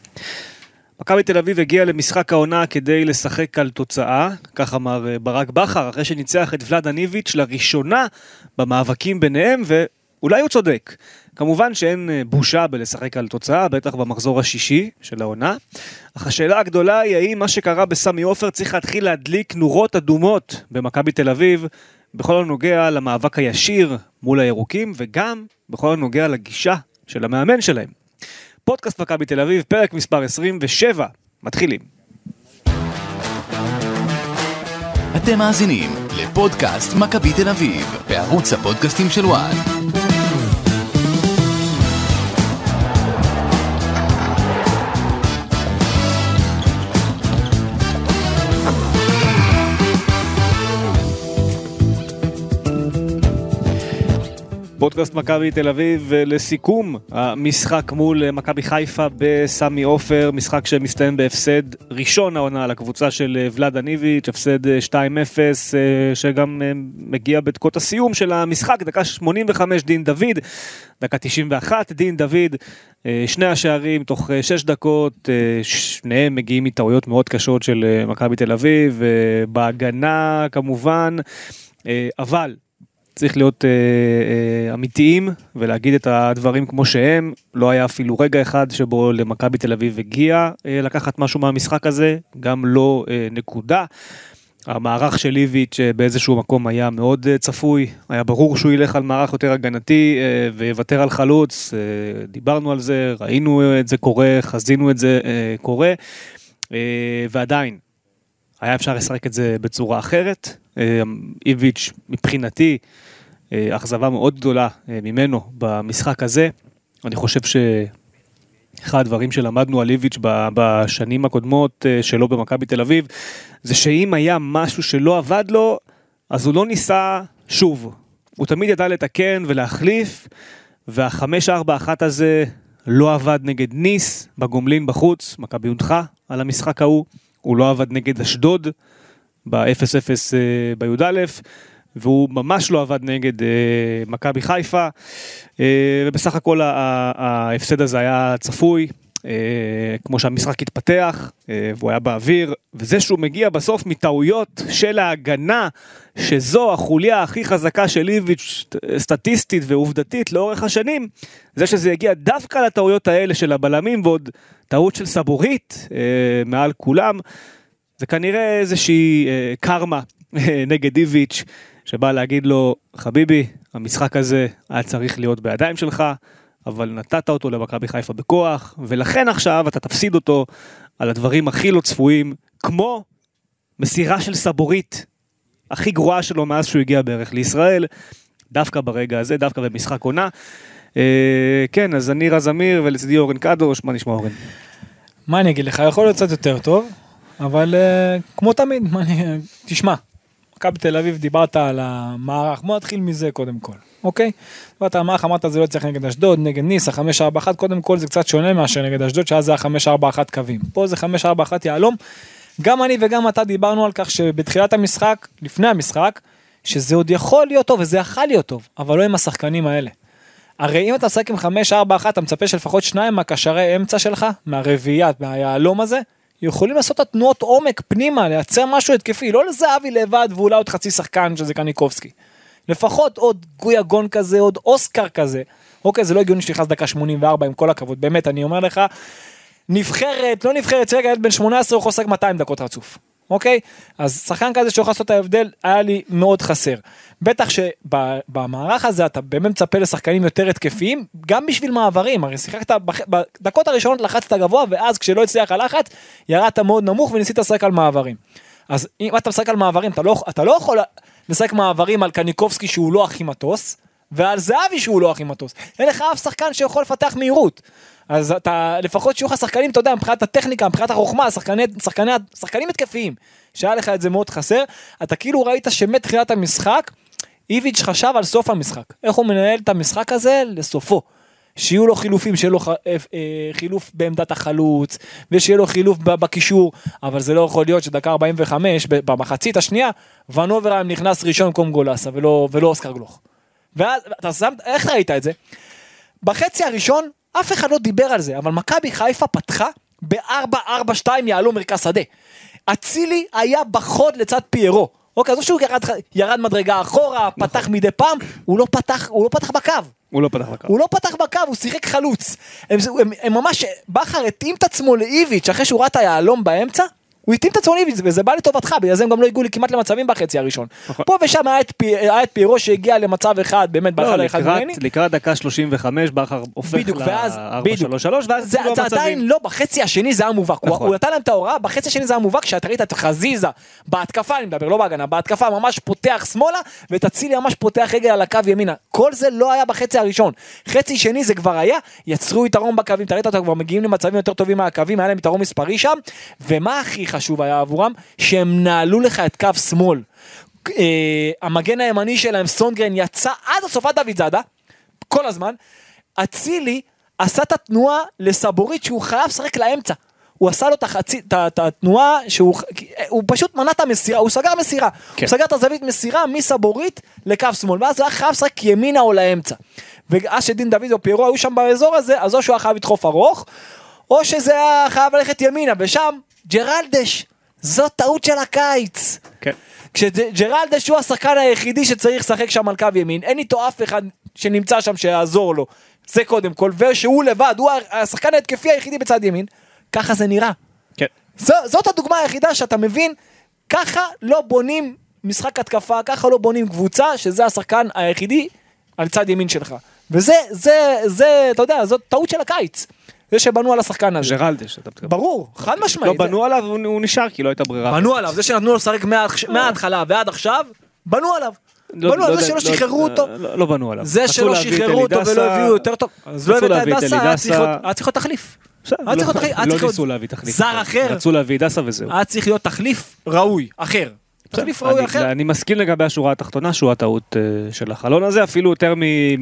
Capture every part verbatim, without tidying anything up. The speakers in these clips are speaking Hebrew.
מכבי תל אביב הגיע למשחק העונה כדי לשחק על תוצאה, כך אמר ברק בכר, אחרי שניצח את ולאדה ניביץ' לראשונה במאבקים ביניהם, ואולי הוא צודק. כמובן שאין בושה בלשחק על תוצאה, בטח במחזור השישי של העונה, אך השאלה הגדולה היא האם מה שקרה בסמי עופר צריך להתחיל להדליק נורות אדומות במכבי תל אביב, בכל הנוגע למאבק הישיר מול הירוקים, וגם בכל הנוגע לגישה של המאמן שלהם. פודקאסט מכבי תל אביב, פרק מספר עשרים ושבע, מתחילים. אתם מאזינים לפודקאסט מכבי תל אביב, בערוץ הפודקאסטים של וואן. פודקאסט מכבי תל אביב לסיכום המשחק מול מכבי חיפה בסמי עופר, משחק שמסתיים בהפסד ראשון העונה על הקבוצה של ולאדה ניביץ', הפסד שתיים אפס שגם מגיע בדקות הסיום של המשחק, דקה שמונים וחמש דין דוד, דקה תשעים ואחת דין דוד, שני השערים תוך שש דקות, שניהם מגיעים מטעויות מאוד קשות של מכבי תל אביב, בהגנה כמובן, אבל צריך להיות אה, אה, אמיתיים ולהגיד את הדברים כמו שהם. לא היה אפילו רגע אחד שבו למכבי תל אביב הגיע אה, לקחת משהו מהמשחק הזה, גם לא אה, נקודה. המערך של ליביץ' באיזשהו מקום היה מאוד אה, צפוי, היה ברור שהוא ילך על מערך יותר הגנתי אה, ויוותר על חלוץ, אה, דיברנו על זה, ראינו את זה קורה, חזינו את זה אה, קורה, אה, ועדיין היה אפשר לשחק את זה בצורה אחרת. איביץ' מבחינתי אכזבה מאוד גדולה ממנו במשחק הזה. אני חושב שאחד הדברים שלמדנו על איביץ' בשנים הקודמות שלו במכבי תל אביב, זה שאם היה משהו שלא עבד לו, אז הוא לא ניסה שוב. הוא תמיד ידע לתקן ולהחליף, והחמש ארבע אחת הזה לא עבד נגד ניס בגומלין בחוץ, מכבי הודחה על המשחק ההוא, הוא לא עבד נגד אשדוד, ב-אפס אפס בי"א, והוא ממש לא עבד נגד מכבי חיפה, ובסך הכל ההפסד הזה היה צפוי, כמו שהמשחק התפתח, והוא היה באוויר, וזה שהוא מגיע בסוף מטעויות של ההגנה, שזו החוליה הכי חזקה של ליביץ' סטטיסטית ועובדתית לאורך השנים, זה שזה יגיע דווקא לטעויות האלה של הבלמים, ועוד טעות של סבורית מעל כולם, זה כנראה איזושהי אה, קרמה אה, נגד איביץ' שבא להגיד לו, חביבי, המשחק הזה היה צריך להיות בידיים שלך, אבל נתת אותו למכבי חיפה בכוח, ולכן עכשיו אתה תפסיד אותו על הדברים הכי לא צפויים, כמו מסירה של סבורית, הכי גרועה שלו מאז שהוא הגיע בערך לישראל, דווקא ברגע הזה, דווקא במשחק עונה. אה, כן, אז אני רז אמיר ולצדי אורן קדוש, מה נשמע אורן? מה אני אגיד לך, יכול להיות קצת יותר טוב, אבל uh, כמו תמיד, אני, תשמע, מכבי תל אביב דיברת על המערך, בוא נתחיל מזה קודם כל, אוקיי? דיברת על המערך, אמרת זה לא צריך נגד אשדוד, נגד ניס, ה-חמש ארבע אחת, קודם כל זה קצת שונה מאשר נגד אשדוד, שאז זה ה-חמש ארבע אחת קווים, פה זה חמש ארבע אחת יעלום, גם אני וגם אתה דיברנו על כך שבתחילת המשחק, לפני המשחק, שזה עוד יכול להיות טוב, וזה יכול להיות טוב, אבל לא עם השחקנים האלה. הרי אם אתה משחק עם חמש ארבע אחת, אתה מצפה שלפחות שניים מהקשרי אמצע שלך, מהרביעיית, מהיעלום הזה, יכולים לעשות את תנועות עומק פנימה, לייצר משהו התקפי, לא לזהבי לבד ואולי עוד חצי שחקן שזה קניקובסקי. לפחות עוד גויגון כזה, עוד אוסקר כזה. אוקיי, זה לא הגיוני שנכנס דקה שמונים וארבע עם כל הכבוד. באמת, אני אומר לך, נבחרת, לא נבחרת, צריך ילד בן שמונה עשרה, הוא חוסק מאתיים דקות רצוף. אוקיי? אז שחקן כזה שיוכל לעשות את ההבדל, היה לי מאוד חסר. בטח שבמערך הזה אתה באמת מצפה לשחקנים יותר התקפיים, גם בשביל מעברים, הרי שיחקת בדקות הראשונות לחצת גבוה, ואז כשלא הצליח הלחץ, ירדת מאוד נמוך וניסית לשחק על מעברים. אז אם אתה משחק על מעברים, אתה לא, אתה לא יכול לשחק מעברים על קניקובסקי שהוא לא הכי מטוס, ועל זהבי שהוא לא הכי מטוס. אין לך אף שחקן שיכול לפתח מהירות. אז אתה, לפחות שיהיו לך שחקנים, אתה יודע, מבחינת הטכניקה, מבחינת החוכמה, שחקני, שחקני, שחקנים התקפיים, שהיה לך את זה מאוד חסר, אתה כאילו ראית שמתחילת המשחק, איביץ' חשב על סוף המשחק, איך הוא מנהל את המשחק הזה לסופו, שיהיו לו חילופים, שיהיה לו חילוף בעמדת החלוץ, ושיהיה לו חילוף בקישור, אבל זה לא יכול להיות שדקה ארבעים וחמש, במחצית השנייה, ונוברהיים נכנס ראשון קום גולסה, ולא, ולא אוסקר גלוך. ואז, אתה שם, איך ראית את זה? בחצי הראשון, אף אחד לא דיבר על זה, אבל מכבי חיפה פתחה ב-ארבע ארבע שתיים יעלו מרכז שדה. אצילי היה בחוד לצד פיירו. אוקיי, אז שהוא ירד, ירד מדרגה אחורה, פתח מדי פעם, הוא לא פתח, הוא לא פתח בקו. הוא לא פתח בקו. הוא לא פתח בקו, הוא שיחק חלוץ. הם, הם, הם ממש, בכר התאים את עצמו לאיביץ' אחרי שהוא ראה את היעלום באמצע, הוא התאים את עצמו לאיביץ' וזה בא לטובתך, בגלל זה הם גם לא הגיעו לי כמעט למצבים בחצי הראשון. פה ושם היה את, פי, היה את פיירו שהגיע למצב אחד, באמת באחד לא, לאחד לקראת, ממני. לקראת דקה שלושים וחמש, בכר הופך ל-ארבע שלוש שלוש, ואז זה, זה עדיין לא, בחצי השני זה היה מובהק, נכון. הוא, הוא נתן להם את ההוראה, בחצי השני זה היה מובהק, שאתה ראית את חזיזה, בהתקפה אני מדבר, לא בהגנה, בהתקפה ממש פותח שמאלה, ואת אצילי ממש פותח רגל על הקו ימינה, כל זה לא היה בחצי הראשון, חצי שני זה כבר היה, יצרו יתרון בקווים, תראית אותם כבר מגיעים למצבים יותר טובים מהקווים, היה להם יתרון מספרי שם, ומה הכי חשוב היה עבורם? שהם נעלו לך את קו שמאל, uh, המגן הימני שלהם סונגרן יצא עד הסופת דוד זאדה, כל הזמן, אצילי עשה את התנועה לסבורית שהוא חייב לשחק לאמצע, הוא עשה לו את התנועה שהוא הוא פשוט מנע את המסירה, הוא סגר מסירה, כן. הוא סגר את הזווית מסירה מסבורית לקו שמאל, ואז הוא היה חייב לשחק ימינה או לאמצע, ואז שדין דוד או פיירו היו שם באזור הזה, אז או שהוא היה חייב לדחוף ארוך, או שזה היה חייב ללכת ימינה, ושם ג'רלדש, זאת טעות של הקיץ. כן. כשג'רלדש הוא השחקן היחידי שצריך לשחק שם על קו ימין, אין איתו אף אחד שנמצא שם שיעזור לו, זה קודם כל, ושהוא לבד, הוא השחקן ההתקפי היחידי בצד ימין, ככה זה נראה. כן. ז, זאת הדוגמה היחידה שאתה מבין, ככה לא בונים משחק התקפה, ככה לא בונים קבוצה, שזה השחקן היחידי על צד ימין שלך. וזה, זה, זה, אתה יודע, זאת טעות של הקיץ. זה שבנו על השחקן הזה. ג'רלדש. ברור, חד משמעית. לא בנו עליו, הוא נשאר, כי לא הייתה ברירה. בנו עליו, זה שנתנו לו לשחק מההתחלה ועד עכשיו, בנו עליו. בנו על זה שלא שחררו אותו. לא בנו עליו. זה שלא שחררו אותו ולא הביאו יותר טוב. אז לא הבאת את דסה, היה צריך להיות תחליף. לא ניסו להביא תחליף. זר אחר. רצו להביא דסה וזהו. היה צריך להיות תחליף ראוי, אחר. תחליף ראוי אחר. אני מסכים לגבי השורה התחתונה, שהוא הטעות של החלון הזה, אפילו יותר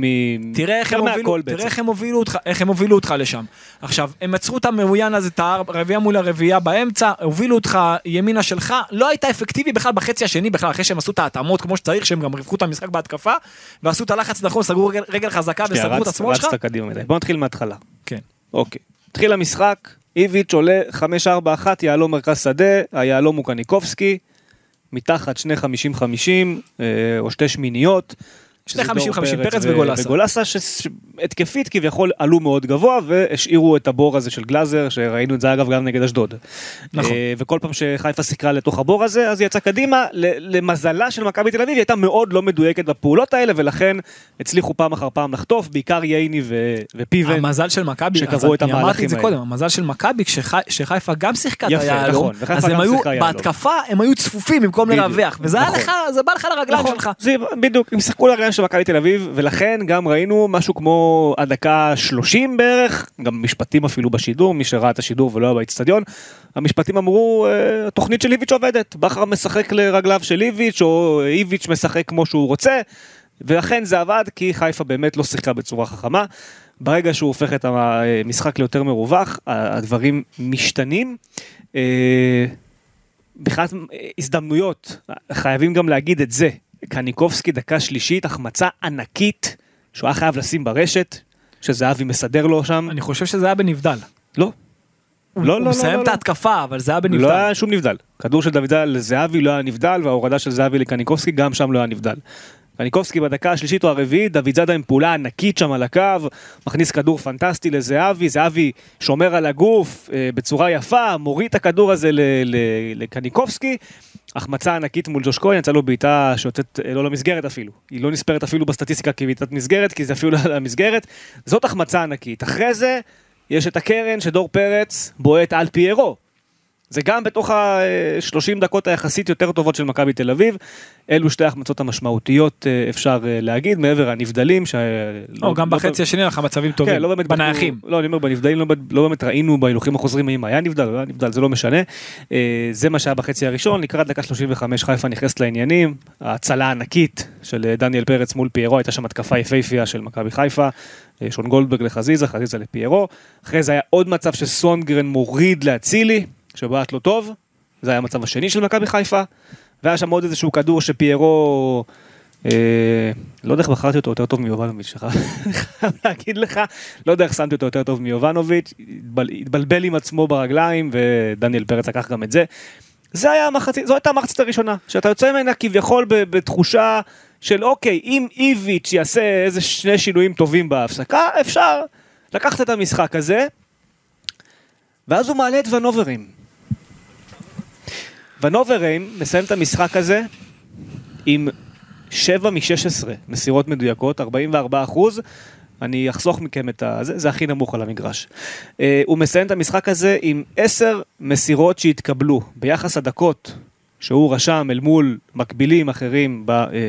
מהכל בעצם. תראה איך הם הובילו אותך לשם. עכשיו, הם עצרו את המאוין הזה, את הרביעה מול הרביעה באמצע, הובילו אותך ימינה שלך, לא הייתה אפקטיבי בכלל בחצי השני, בכלל אחרי שהם עשו את ההתאמות כמו שצריך, שהם גם ריווחו את המשחק בהתקפה, ועשו את הלחץ נכון, סגרו רגל חזקה וסגרו את השמאל שלך. בוא נתחיל מההתחלה. כן. אוקיי. התחיל המשחק, איביץ' עולה חמש ארבע אחת, יעלום מרכז שדה, היעלום הוא קניקובסקי, מתחת שני חמישים חמישים, או שתי שמיניות, שני חמישים חמישים, פרץ וגולסה. וגולסה שהתקפית כביכול עלו מאוד גבוה, והשאירו את הבור הזה של גלאזר, שראינו את זה אגב גם נגד אשדוד. נכון. וכל פעם שחיפה סיקרה לתוך הבור הזה, אז היא יצאה קדימה, למזלה של מכבי תל אביב, היא הייתה מאוד לא מדויקת בפעולות האלה, ולכן הצליחו פעם אחר פעם לחטוף, בעיקר ייני ופיבן. המזל של מכבי, שקראו את המהלכים האלה. המזל של מכבי, כשחיפה גם שיחקה את היעלום, אז הם היו, בהתקפה הם היו צפופים במקום לרווח, וזה בא לך לרגליים שלך. בדיוק, הם שיחקו לרגליים של מכבי תל אביב, ולכן גם ראינו משהו כמו הדקה שלושים בערך, גם משפטים אפילו בשידור, מי שראה את השידור ולא היה באצטדיון, המשפטים אמרו, התוכנית של איביץ' עובדת, בכר משחק לרגליו של איביץ', או איביץ' משחק כמו שהוא רוצה, ולכן זה עבד, כי חיפה באמת לא שיחקה בצורה חכמה, ברגע שהוא הופך את המשחק ליותר מרווח, הדברים משתנים, בכלל הזדמנויות, חייבים גם להגיד את זה, קניקובסקי דקה שלישית, החמצה ענקית, שהוא היה חייב לשים ברשת, שזהבי מסדר לו שם. אני חושב שזה היה בנבדל. לא. הוא לא, לא, מסיים לא, את ההתקפה, אבל זה היה בנבדל. לא היה שום נבדל. כדור של דוד לזהבי לא היה נבדל, וההורדה של זהבי לקניקובסקי גם שם לא היה נבדל. קניקובסקי בדקה השלישית או הרביעית, דוד זאדה עם פעולה ענקית שם על הקו, מכניס כדור פנטסטי לזהבי, זהבי שומר על הגוף בצורה יפה, מוריד את הכדור הזה לקניקובסקי, החמצה ענקית מול ג'וש כהן, יצא לו בעיטה שיוצאת לא למסגרת אפילו, היא לא נספרת אפילו בסטטיסטיקה כבעיטת מסגרת, כי זה אפילו לא למסגרת, זאת החמצה ענקית. אחרי זה יש את הקרן שדור פרץ בועט על פיירו, זה גם בתוך ה-שלושים דקות היחסית יותר טובות של מכבי תל אביב, אלו שתי החמצות המשמעותיות אפשר להגיד, מעבר הנבדלים. או גם בחצי השני לך מצבים טובים, בנייחים. לא, אני אומר, בנבדלים לא באמת ראינו בהילוכים החוזרים אם היה נבדל, לא היה נבדל, זה לא משנה. זה מה שהיה בחצי הראשון, לקראת דקה שלושים וחמש חיפה נכנסת לעניינים, ההצלה הענקית של דניאל פרץ מול פיירו, הייתה שם התקפה יפהפייה של מכבי חיפה, שון גולדברג לחזיזה, חזיזה לפיירו. אחרי זה היה עוד מצב שסונגרן מוריד לאצילי, שבעט לא טוב, זה היה המצב השני של מכבי חיפה, והיה שם עוד איזשהו כדור שפיירו לא יודע איך בחרתי אותו יותר טוב מיובנוביץ', חייב להגיד לך, לא יודע איך שמתי אותו יותר טוב מיובנוביץ', התבלבל עם עצמו ברגליים, ודניאל פרץ לקח גם את זה. זה היה המחצית, זו הייתה המחצית הראשונה, שאתה יוצא ממנה כביכול בתחושה של אוקיי, אם איביץ' יעשה איזה שני שינויים טובים בהפסקה, אפשר לקחת את המשחק הזה, ואז הוא מעלה את ונוברים. ונוברים מסיים את המשחק הזה עם שבע משש עשרה מסירות מדויקות, ארבעים וארבעה אחוז, אני אחסוך מכם את זה, זה הכי נמוך על המגרש. Uh, הוא מסיים את המשחק הזה עם עשר מסירות שהתקבלו, ביחס הדקות שהוא רשם אל מול מקבילים אחרים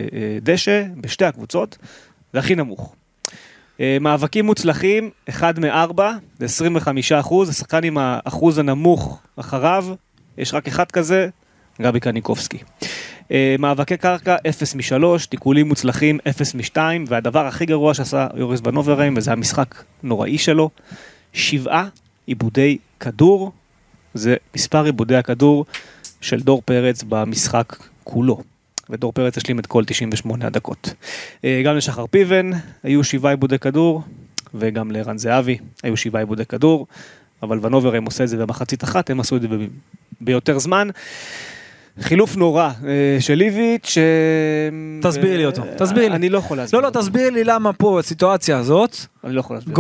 בדשא, בשתי הקבוצות, זה הכי נמוך. Uh, מאבקים מוצלחים, אחד מארבע, זה עשרים וחמישה אחוז, השחקן עם האחוז הנמוך אחריו, יש רק אחד כזה, גבי קניקובסקי. Uh, מאבקי קרקע, אפס משלוש, תיקולים מוצלחים, אפס משתיים, והדבר הכי גרוע שעשה יוריס ונוברים, וזה המשחק נוראי שלו, שבעה עיבודי כדור, זה מספר עיבודי הכדור של דור פרץ במשחק כולו. ודור פרץ השלים את כל תשעים ושמונה הדקות. Uh, גם לשחר פיבן היו שבעה עיבודי כדור, וגם לערן זהבי היו שבעה עיבודי כדור, אבל ונוברים עושה את זה במחצית אחת, הם עשו את זה ב- ביותר זמן. חילוף נורא של איביץ'. תסביר לי אותו, תסביר לי. אני לא יכול להסביר. לא, לא, תסביר לי למה פה בסיטואציה הזאת, אני לא יכול להסביר.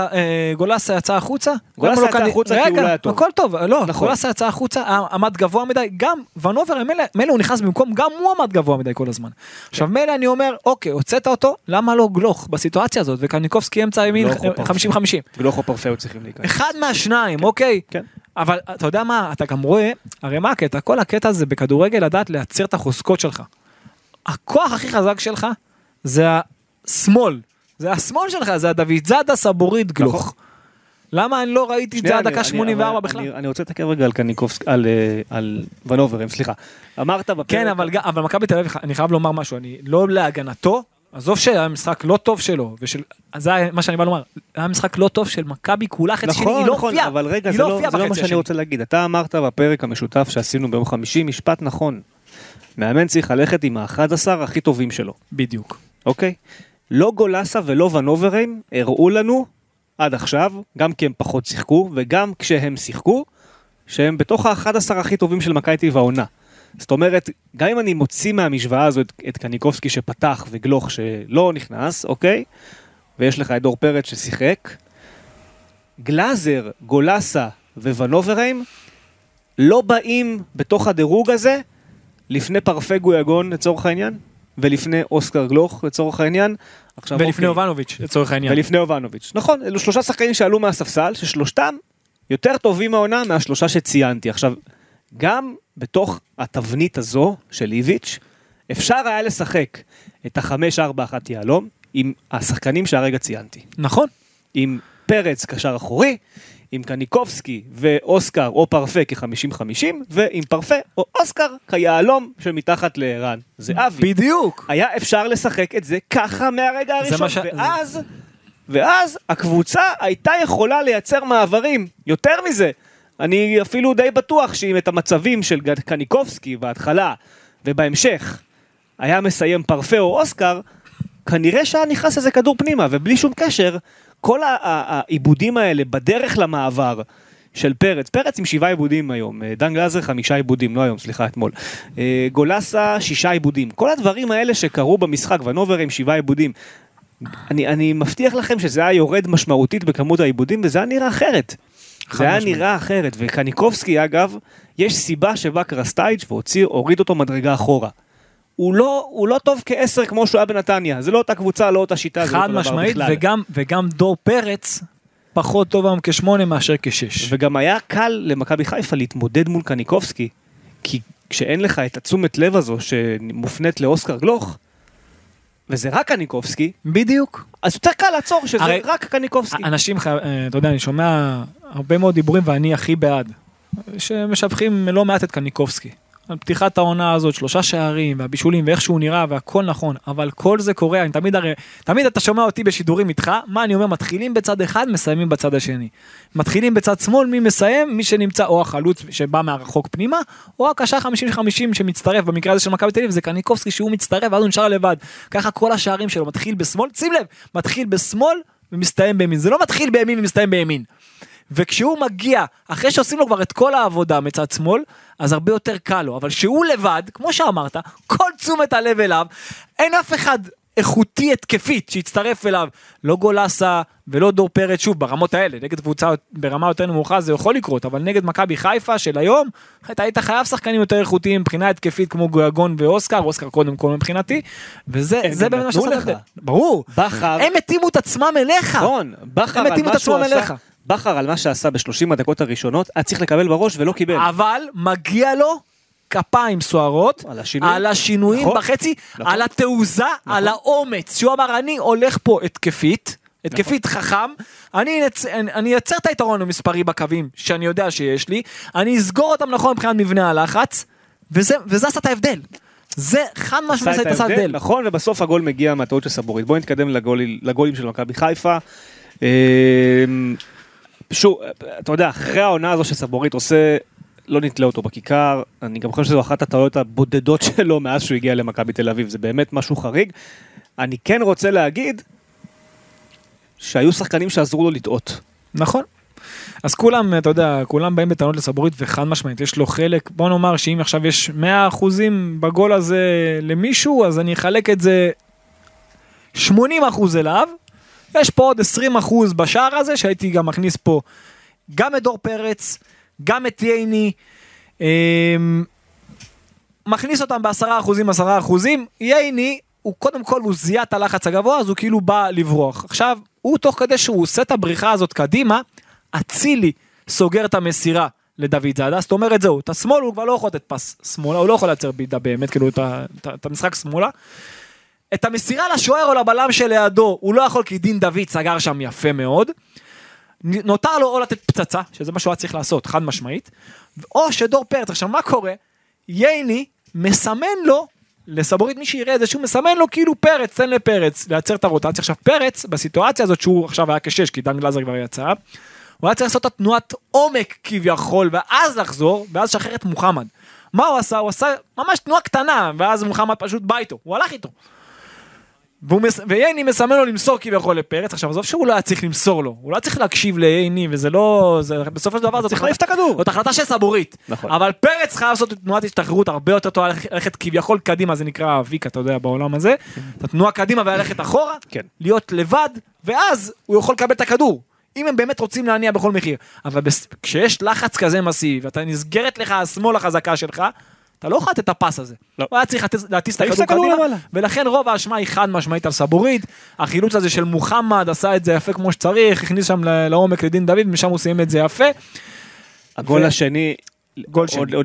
גולסה יצא החוצה? גולסה יצא החוצה כי הוא לא היה טוב. הכל טוב, לא, גולסה יצא החוצה, עמד גבוה מדי, גם ונובר, מלא הוא נכנס במקום, גם הוא עמד גבוה מדי כל הזמן. עכשיו מלא אני אומר, אוקיי, הוצאת אותו, למה לא גלוך בסיטואציה הזאת, וקניקובסקי אמצע ימין חמישים חמישים. גלוך או פרפה צריכים להיכנס. אחד מהשניים, אוקיי? כן. אבל אתה יודע מה, אתה גם רואה, הרי מה הקטע? כל הקטע זה בכדורגל לדעת לייצר את החוזקות שלך. הכוח הכי חזק שלך זה השמאל. זה השמאל שלך, זה הדוד זאדה סבורית גלוך. למה אני לא ראיתי את זה עד דקה שמונים וארבע בכלל? אני רוצה לתקר רגע על קניקובסקי, על ונוברים, סליחה. אמרת בפרק... כן, אבל מכבי תל אביב, אני חייב לומר משהו, אני לא להגנתו, עזוב שהיה משחק לא טוב שלו, זה מה שאני בא לומר, היה משחק לא טוב של מכבי כולה חצי שני, היא לא הופיעה. אבל רגע, זה לא מה שאני רוצה להגיד. אתה אמרת בפרק המשותף שעשינו ביום חמישי, משפט נכון. מאמן צריך ללכת עם ה-אחד עשר הכי טובים שלו. בדיוק. אוקיי? לא גולסה ולא ונוברים הראו לנו עד עכשיו, גם כי הם פחות שיחקו, וגם כשהם שיחקו, שהם בתוך ה-אחד עשר הכי טובים של מכבי תל אביב העונה. זאת אומרת, גם אם אני מוציא מהמשוואה הזו את, את קניקובסקי שפתח וגלוך שלא נכנס, אוקיי? ויש לך את דור פרץ ששיחק, גלאזר, גולסה וונוברים לא באים בתוך הדירוג הזה לפני פרפה גויגון לצורך העניין, ולפני אוסקר גלוך לצורך העניין. עכשיו, ולפני אוקיי. אובנוביץ' לצורך העניין. ולפני אובנוביץ'. נכון, אלו שלושה שחקנים שעלו מהספסל, ששלושתם יותר טובים מהעונה מהשלושה שציינתי. עכשיו, גם בתוך התבנית הזו של איביץ', אפשר היה לשחק את החמש ארבע אחת יעלום עם השחקנים שהרגע ציינתי. נכון. עם פרץ קשר אחורי, עם קניקובסקי ואוסקר או פרפה כ-חמישים חמישים, ועם פרפה או אוסקר כיעלום שמתחת לערן. זה אבי. בדיוק. היה אפשר לשחק את זה ככה מהרגע הראשון, ש... ואז, זה... ואז הקבוצה הייתה יכולה לייצר מעברים. יותר מזה, אני אפילו די בטוח שאם את המצבים של קניקובסקי בהתחלה ובהמשך היה מסיים פרפה או אוסקר, כנראה שהיה נכנס איזה כדור פנימה, ובלי שום קשר, כל העיבודים האלה בדרך למעבר של פרץ, פרץ עם שבעה עיבודים היום, דן גלאזר חמישה עיבודים, לא היום, סליחה, אתמול, גולסה שישה עיבודים, כל הדברים האלה שקרו במשחק, ונובר עם שבעה עיבודים, אני, אני מבטיח לכם שזה היה יורד משמעותית בכמות העיבודים, וזה היה נראה אחרת. זה היה נראה אחרת, וקניקובסקי אגב, יש סיבה שבא קרסטייץ' והוציא, הוריד אותו מדרגה אחורה. הוא לא, הוא לא טוב כעשר כמו שהוא היה בנתניה, זה לא אותה קבוצה, לא אותה שיטה, זה לא אותו דבר בכלל. חד משמעית, וגם, וגם דור פרץ פחות טוב היום כשמונה מאשר כשש. וגם היה קל למכבי חיפה להתמודד מול קניקובסקי, כי כשאין לך את התשומת לב הזו שמופנית לאוסקר גלוך, וזה רק קניקובסקי, בדיוק. אז יותר קל לעצור שזה הרי רק קניקובסקי. אנשים, אתה יודע, אני שומע הרבה מאוד דיבורים ואני הכי בעד, שמשבחים לא מעט את קניקובסקי. על פתיחת העונה הזאת, שלושה שערים, והבישולים, ואיך שהוא נראה, והכל נכון, אבל כל זה קורה, אני תמיד הרי, תמיד אתה שומע אותי בשידורים איתך, מה אני אומר, מתחילים בצד אחד, מסיימים בצד השני. מתחילים בצד שמאל, מי מסיים? מי שנמצא, או החלוץ שבא מהרחוק פנימה, או הקשר חמישים חמישים שמצטרף, במקרה הזה של מכבי תל אביב, זה קניקובסקי שהוא מצטרף, ואז הוא נשאר לבד. ככה כל השערים שלו מתחיל בשמאל, שים לב, מתחיל בשמאל ומסתיים בימין. זה לא מתחיל בימין ומסתיים בימין. וכשהוא מגיע, אחרי שעושים לו כבר את כל העבודה מצד שמאל, אז הרבה יותר קל לו, אבל שהוא לבד, כמו שאמרת, כל תשומת הלב אליו, אין אף אחד איכותי התקפית שהצטרף אליו, לא גולסה ולא דור פרץ, שוב, ברמות האלה, נגד קבוצה ברמה יותר נמוכה זה יכול לקרות, אבל נגד מכבי חיפה של היום, אתה היית חייב שחקנים יותר איכותיים, מבחינה התקפית כמו גויגון ואוסקר, אוסקר קודם כל מבחינתי, וזה זה באמת מה שעשה לך. ברור, בכר, הם מתאימו את עצמם אליך. נכון, בכר על מה שהוא עשה, בכר על מה שעשה ב-שלושים הדקות הראשונות, היה צריך לקבל בראש ולא קיבל. אבל מגיע לו כפיים סוערות, על, השינוי. על השינויים נכון, בחצי, נכון. על התעוזה, נכון. על האומץ, שהוא אמר, אני הולך פה התקפית, התקפית נכון. חכם, אני, נצ... אני אצר את היתרון המספרי בקווים, שאני יודע שיש לי, אני אסגור אותם נכון מבחינת מבנה הלחץ, וזה, וזה עשה את ההבדל. זה חד משמעית עשה את ההבדל. נכון, ובסוף הגול מגיע מהטעות של סבורית. בואו נתקדם לגול, לגולים של מכבי חיפה. שוב, אתה יודע, אחרי העונה הזו שסבורית עושה, לא נתלה אותו בכיכר, אני גם חושב שזו אחת הטעויות הבודדות שלו מאז שהוא הגיע למכבי תל אביב, זה באמת משהו חריג. אני כן רוצה להגיד שהיו שחקנים שעזרו לו לטעות. נכון. אז כולם, אתה יודע, כולם באים בטענות לסבורית וחד משמעית, יש לו חלק, בוא נאמר שאם עכשיו יש מאה אחוזים בגול הזה למישהו, אז אני אחלק את זה שמונים אחוז אליו, יש פה עוד עשרים אחוז בשער הזה, שהייתי גם מכניס פה גם את דור פרץ, גם את ייני, מכניס אותם בעשרה אחוזים, עשרה אחוזים, ייני, הוא קודם כל, הוא זיהה את הלחץ הגבוה, אז הוא כאילו בא לברוח. עכשיו, הוא תוך כדי שהוא עושה את הבריחה הזאת קדימה, אצילי סוגר את המסירה לדוד זאדה, זאת אומרת זהו, את השמאל הוא כבר לא יכול לתת פס שמאלה, הוא לא יכול לייצר בידה באמת, כאילו את, את המשחק שמאלה, את המסירה לשוער או לבלם שלידו, הוא לא יכול כי דין דוד סגר שם יפה מאוד, נותר לו או לתת פצצה, שזה מה שהוא היה צריך לעשות, חד משמעית, או שדור פרץ, עכשיו מה קורה? ייני מסמן לו, לסבורית מי שיראה את זה, שהוא מסמן לו כאילו פרץ, תן לפרץ, לייצר את הרוטציה, עכשיו פרץ, בסיטואציה הזאת שהוא עכשיו היה כשש, כי דן גלזר כבר יצא, הוא היה צריך לעשות את התנועת עומק כביכול, ואז לחזור, ואז שחרר את מוחמד. מה הוא עשה? הוא עשה ממש תנועה קטנה, ואז מוחמד פשוט בא איתו, הוא הלך איתו. וייני מסמן לו למסור כביכול לפרץ, עכשיו עזוב שהוא לא היה צריך למסור לו, הוא לא צריך להקשיב לייני, וזה לא, בסופו של דבר זאת החלטה של סבורית, אבל פרץ חייב לעשות תנועת השתחררות הרבה יותר טובה, ללכת כביכול קדימה, זה נקרא ויק, אתה יודע, בעולם הזה, את התנועה קדימה וללכת אחורה, להיות לבד, ואז הוא יכול לקבל את הכדור, אם הם באמת רוצים להניע בכל מחיר, אבל כשיש לחץ כזה מסיבי, ואתה נסגרת לך השמאל החזקה שלך, אתה לא יכול לתת את הפס הזה. הוא היה צריך להטיס את הכדור קדימה, ולכן רוב האשמה היא חד משמעית על סבורית, החילוץ הזה של מוחמד עשה את זה יפה כמו שצריך, הכניס שם לעומק לדין דוד, משם הוא סיים את זה יפה. הגול השני, עוד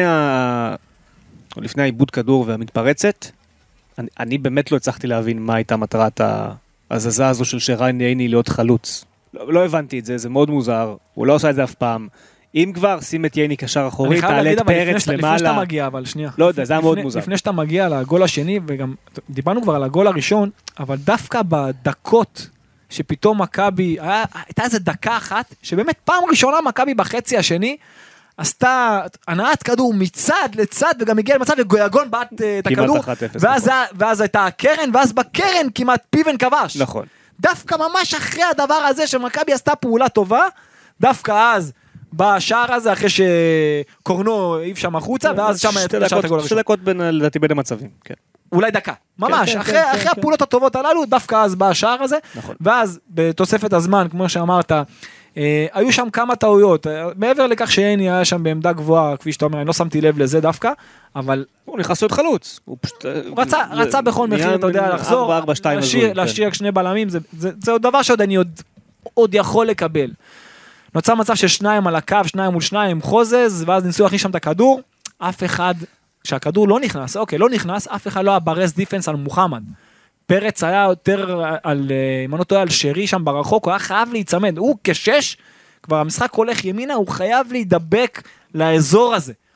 לפני העיבוד כדור והמתפרצת, אני באמת לא הצלחתי להבין מה הייתה מטרת ההזזה הזו של שריין ייני להיות חלוץ. לא הבנתי את זה, זה מאוד מוזר, הוא לא עושה את זה אף פעם. אם כבר, שים את ייני קשר אחורי, תעלה את פרץ למעלה. לפני שאתה מגיע, אבל שנייה. לא יודע, זה היה מאוד מוזר. לפני שאתה מגיע לגול השני, וגם דיברנו כבר על הגול הראשון, אבל דווקא בדקות שפתאום מכבי, הייתה איזו דקה אחת, שבאמת פעם ראשונה מכבי בחצי השני, עשתה הנעת כדור מצד לצד, וגם הגיע למצב וגויגון בעט את הכדור, ואז הייתה הקרן, ואז בקרן כמעט פיבן כבש. נכון. דווקא ממש אחרי הדבר הזה, שמכבי עשתה פעולה טובה, דווקא אז, בשער הזה, אחרי שקורנו העיף שם החוצה, ואז שם ישר את הגול הראשון. שתי דקות לדעתי בין המצבים, כן. אולי דקה, ממש, אחרי הפעולות הטובות הללו, דווקא אז בשער הזה, ואז בתוספת הזמן, כמו שאמרת, היו שם כמה טעויות, מעבר לכך שייני היה שם בעמדה גבוהה, כפי שאתה אומר, אני לא שמתי לב לזה דווקא, אבל... הוא נכנס להיות חלוץ. הוא רצה בכל מחיר, אתה יודע, לחזור, להשאיר שני בלמים, זה עוד דבר שעוד אני עוד יכול לקבל. נוצר מצב ששניים על הקו, שניים מול שניים, חוזז, ואז ניסו להכניס שם את הכדור, אף אחד, כשהכדור לא נכנס, אוקיי, לא נכנס, אף אחד לא היה ברס דיפנס על מוחמד. פרץ היה יותר על, אם אני לא טועה, על שרי שם ברחוק, הוא היה חייב להיצמד, הוא כשש, כבר המשחק הולך ימינה, הוא חייב להידבק לאזור הזה,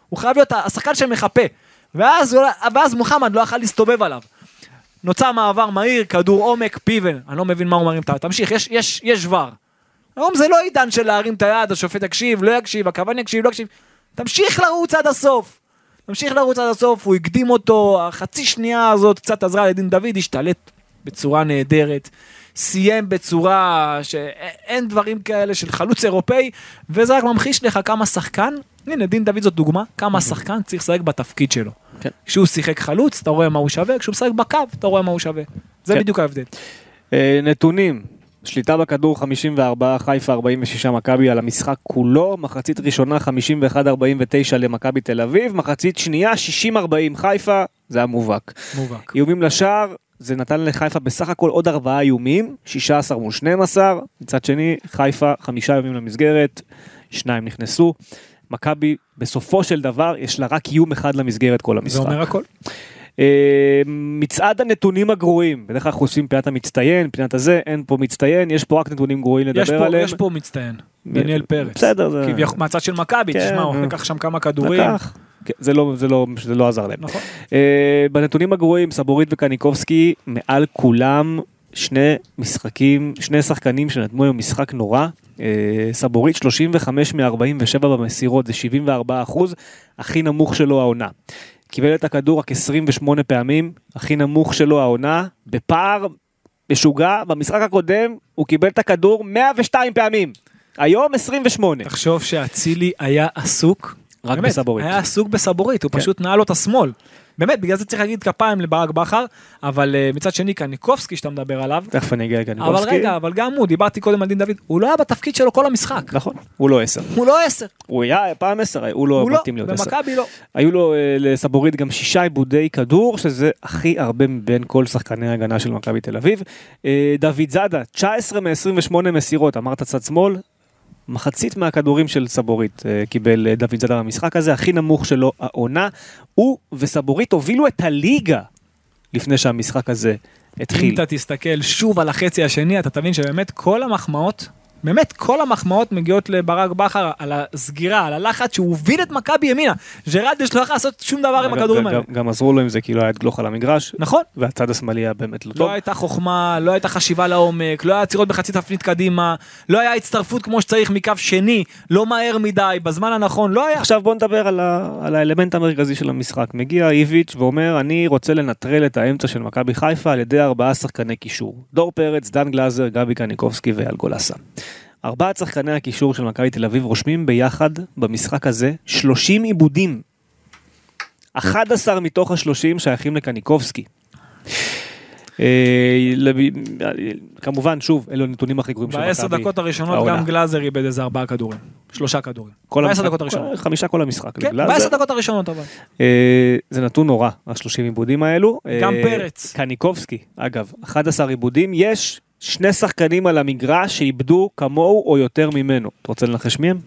הוא חייב להיות השחקן שמחפה, ואז, ואז מוחמד לא יכל להסתובב עליו. נוצר מעבר מהיר, כדור עומק, פיבן, אני לא מבין מה הוא מרים את היד, תמשיך, יש, יש, יש ור. היום זה לא עידן של להרים את היד, השופט יקשיב, לא יקשיב, הכוון יקשיב, לא יקשיב, תמשיך לרוץ עד הסוף, תמשיך לרוץ עד הסוף, הוא הקדים אותו, החצי שנייה הזאת קצת עזרה לדין דוד, השתלט בצורה נהדרת, סיים בצורה שאין דברים כאלה של חלוץ אירופאי, וזה רק ממחיש לך כמה שחקן, הנה דין דוד זאת דוגמה, כמה שחקן צריך לשחק בתפקיד שלו. כן. כשהוא שיחק חלוץ, אתה רואה מה הוא שווה, כשהוא משחק בקו, אתה רואה מה הוא שווה. זה כן. בדיוק ההבדל. נתונים, שליטה בכדור חמישים וארבע, חיפה ארבעים ושש מכבי על המשחק כולו, מחצית ראשונה חמישים ואחת ארבעים ותשע למכבי תל אביב, מחצית שנייה שישים ארבעים חיפה, זה היה מובהק. מובהק. איומים לשער, זה נתן לחיפה בסך הכל עוד ארבעה איומים, שישה עשר מול שנים עשר, מצד שני, חיפה חמישה איומים למסגרת, שניים נכנסו, מכבי בסופו של דבר יש לה רק איום אחד למסגרת כל המשחק. זה אומר הכל. מצעד הנתונים הגרועים, בדרך כלל אנחנו עושים פינת המצטיין, פינת הזה, אין פה מצטיין, יש פה רק נתונים גרועים לדבר עליהם. יש פה מצטיין, דניאל פרץ. בסדר. מהצד של מכבי, תשמע, הוא לקח שם כמה כדורים. לקח. זה לא, זה לא, זה לא עזר להם. נכון. בנתונים הגרועים, סבורית וקניקובסקי, מעל כולם, שני משחקים, שני שחקנים שנתנו היום משחק נורא, סבורית שלושים וחמש מ-ארבעים ושבע במסירות, זה שבעים וארבעה אחוז, הכי נמוך שלו העונה. קיבל את הכדור רק עשרים ושמונה פעמים, הכי נמוך שלו העונה, בפער משוגע, במשחק הקודם הוא קיבל את הכדור מאה ושתיים פעמים, היום עשרים ושמונה. תחשוב שהצילי היה עסוק, רק באמת, בסבורית. היה עסוק בסבורית, הוא כן. פשוט נעל לו את השמאל. באמת, בגלל זה צריך להגיד כפיים לברק בכר, אבל uh, מצד שני קניקובסקי שאתה מדבר עליו. תכף אני אגיע לקניקובסקי. אבל רגע, אבל גם הוא, דיברתי קודם על דין דוד, הוא לא היה בתפקיד שלו כל המשחק. נכון, הוא לא עשר. הוא לא עשר. הוא היה פעם עשר, הוא לא מתאים להיות עשר. במכבי לא. היו לו uh, לסבורית גם שישה עיבודי כדור, שזה הכי הרבה בין כל שחקני ההגנה של מכבי תל אביב. Uh, דוד זאדה, תשע עשרה מ-עשרים ושמונה מסירות, אמרת צד שמאל, מחצית מהכדורים של סבורית uh, קיבל uh, דוד זאדה במשחק הזה, הכי נמוך שלו העונה, הוא וסבורית הובילו את הליגה לפני שהמשחק הזה התחיל. אם אתה תסתכל שוב על החצי השני, אתה תבין שבאמת כל המחמאות, באמת כל המחמאות מגיעות לברק בכר על הסגירה, על הלחץ שהוא הוביל את מכבי ימינה. ג'רלדש לא יכול לעשות שום דבר עם הכדורים האלה. גם עזרו לו עם זה, כי לא היה את גלוך על המגרש. נכון. והצד השמאלי היה באמת לא טוב. לא הייתה חוכמה, לא הייתה חשיבה לעומק, לא היה צירות בחצי תפנית קדימה, לא היה הצטרפות כמו שצריך מקו שני, לא מהר מדי, בזמן הנכון, לא היה. עכשיו בוא נדבר על, ה... על האלמנט המרכזי של המשחק. מגיע איביץ' ואומר, אני רוצה לנטרל את האמצע של מכבי חיפה על ידי ארבעה שחקני קישור. דור פרץ, דן גלאזר, גבי קניקובסקי ואייל גולסה. ארבעת שחקני הקישור של מכבי תל אביב רושמים ביחד במשחק הזה שלושים עיבודים. אחד עשר מתוך ה-שלושים שייכים לקניקובסקי. כמובן, שוב, אלו נתונים הכי גרועים של מכבי. בעשר דקות הראשונות גם גלאזר איבד איזה ארבעה כדורים. שלושה כדורים. בעשר דקות הראשונות. חמישה כל המשחק. כן, בעשר דקות הראשונות אבל. זה נתון נורא, ה-שלושים עיבודים האלו. גם פרץ. קניקובסקי, אגב, אחד עשר עיבודים, יש שני שחקנים על המגרש שאיבדו כמוהו או יותר ממנו. אתה רוצה לנחש מי הם?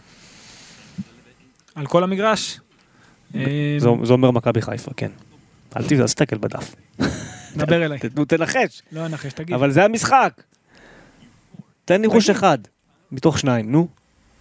על כל המגרש? זה אומר מכבי חיפה, כן. אל תסתכל בדף. דבר אליי. תנחש. לא אנחש, תגיד. אבל זה המשחק. תן ניחוש אחד. מתוך שניים, נו.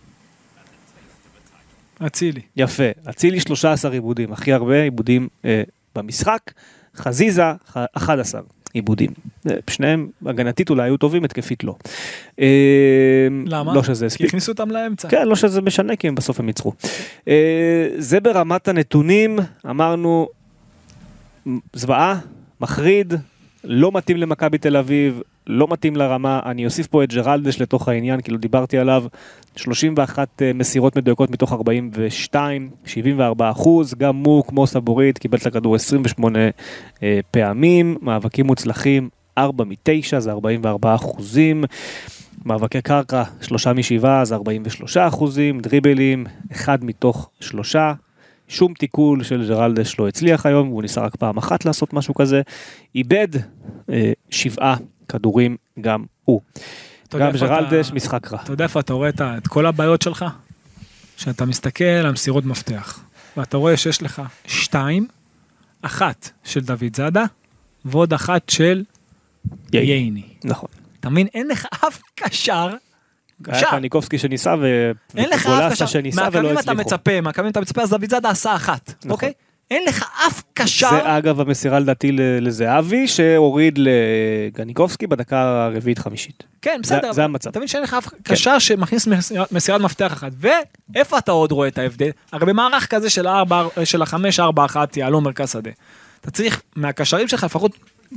אצילי. יפה. אצילי שלושה עשר עיבודים. הכי הרבה עיבודים במשחק. חזיזה, אחד עשר. עיבודים. שניהם הגנתית אולי היו טובים, התקפית לא. למה? לא שזה הספיק. כי הכניסו אותם לאמצע. כן, לא שזה משנה, כי הם בסוף הם יצחו. זה ברמת הנתונים, אמרנו, זוועה, מחריד, לא מתאים למכבי תל אביב, לא מתאים לרמה, אני אוסיף פה את ג'רלדש לתוך העניין, כאילו דיברתי עליו, שלושים ואחת מסירות מדויקות מתוך ארבעים ושתיים, שבעים וארבעה אחוז, גם הוא כמו סבורית, קיבל את הכדור עשרים ושמונה אה, פעמים, מאבקים מוצלחים, ארבע מתשע, זה ארבעים וארבעה אחוזים, מאבקי קרקע, שלושה משבעה, זה ארבעים ושלושה אחוזים, דריבלים, אחד מתוך שלושה, שום תיקול של ג'רלדש לא הצליח היום, הוא ניסה רק פעם אחת לעשות משהו כזה, איבד אה, שבעה כדורים גם הוא. גם ג'רלדש משחק רע. אתה יודע איפה אתה רואה את כל הבעיות שלך? שאתה מסתכל על מסירות מפתח, ואתה רואה שיש לך שתיים, אחת של דוד זאדה, ועוד אחת של ייני. נכון. אתה מבין, אין לך אף קשר היה קניקובסקי שניסה וגולסה שניסה ולא מהקווים אתה הצליחו. מצפה, מהקווים אתה מצפה, אז דוד זאדה עשה אחת, אוקיי? אין לך אף קשר. זה אגב המסירה לדעתי לזהבי, שהוריד לגניקובסקי בדקה הרביעית חמישית. כן, בסדר. זה המצב. אתה מבין שאין לך אף קשר שמכניס מסירת מפתח אחת. ואיפה אתה עוד רואה את ההבדל? הרי במערך כזה של החמש, ארבע, אחת, יעלו מרכז שדה. אתה צריך מהקשרים שלך לפחות...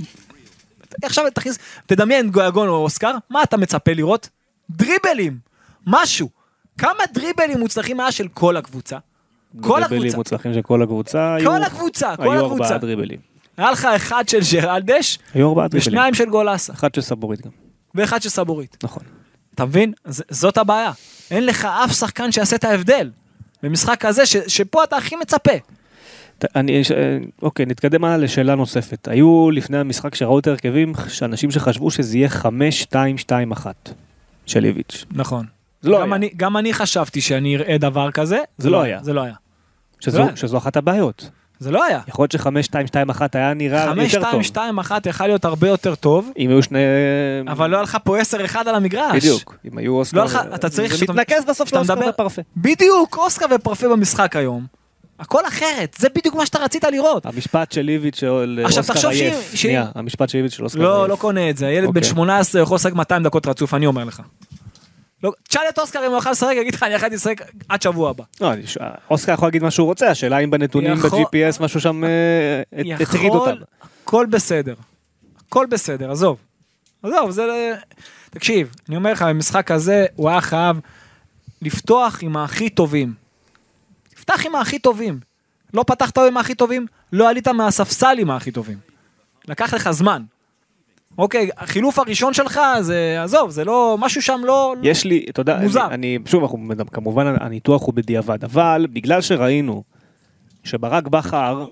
עכשיו תכניס, תדמיין גויגון או אוסקר, מה אתה מצפה לראות? דריבלים, משהו. כמה דריבלים מוצלחים היה של כל הקבוצה? כל דריבלים מוצלחים של כל הקבוצה. כל הקבוצה, כל הקבוצה. היו ארבעה דריבלים. היה לך אחד של ג'רלדש, היו ארבעה דריבלים. ושניים של גולסה. אחד של סבורית גם. ואחד של סבורית. נכון. אתה מבין? זאת הבעיה. אין לך אף שחקן שיעשה את ההבדל. במשחק הזה, שפה אתה הכי מצפה. אני, אוקיי, נתקדם הלאה לשאלה נוספת. היו לפני המשחק שראו את הרכבים, אנשים שחשבו שזה יהיה חמש שתיים שתיים אחת של איביץ'. נכון. זה לא גם היה. אני, גם אני חשבתי שאני אראה דבר כזה. זה לא היה. זה לא היה. שזו, שזו אחת הבעיות. זה לא היה. יכול להיות ש-חמש שתיים שתיים אחת היה נראה יותר טוב. חמש שתיים שתיים אחת יכול להיות הרבה יותר טוב. אם היו שני... אבל לא היה לך פה עשר אחד על המגרש. בדיוק. אם היו אוסקר... לא לך, אתה צריך... זה מתנקז בסוף לאוסקר ופרפה. בדיוק, אוסקר ופרפה במשחק היום. הכל אחרת, זה בדיוק מה שאתה רצית לראות. המשפט של איביץ' של אוסקר עייף. שנייה, המשפט של איביץ' של אוסקר עייף. לא, לא קונה את זה. הילד בן שמונה עשרה יכול לשחק מאתיים דקות רצוף, אני אומר לך. תשאל את אוסקר אם הוא יכול לשחק, יגיד לך, אני יכולתי לשחק עד שבוע הבא. לא, אוסקר יכול להגיד מה שהוא רוצה, השאלה אם בנתונים ב-ג'י פי אס משהו שם הטריד אותם. הכל בסדר. הכל בסדר, עזוב. עזוב, זה... תקשיב, אני אומר לך, במשחק הזה הוא היה חייב לפתוח עם הכי טובים. תפתח עם הכי טובים. לא פתחת עם הכי טובים, לא עלית מהספסל עם הכי טובים. לקח לך זמן. אוקיי, החילוף הראשון שלך, זה, עזוב, זה לא, משהו שם לא... יש לי, אתה יודע, מוזר. אני, אני, שוב, אנחנו, כמובן, הניתוח הוא בדיעבד, אבל בגלל שראינו שברק בכר...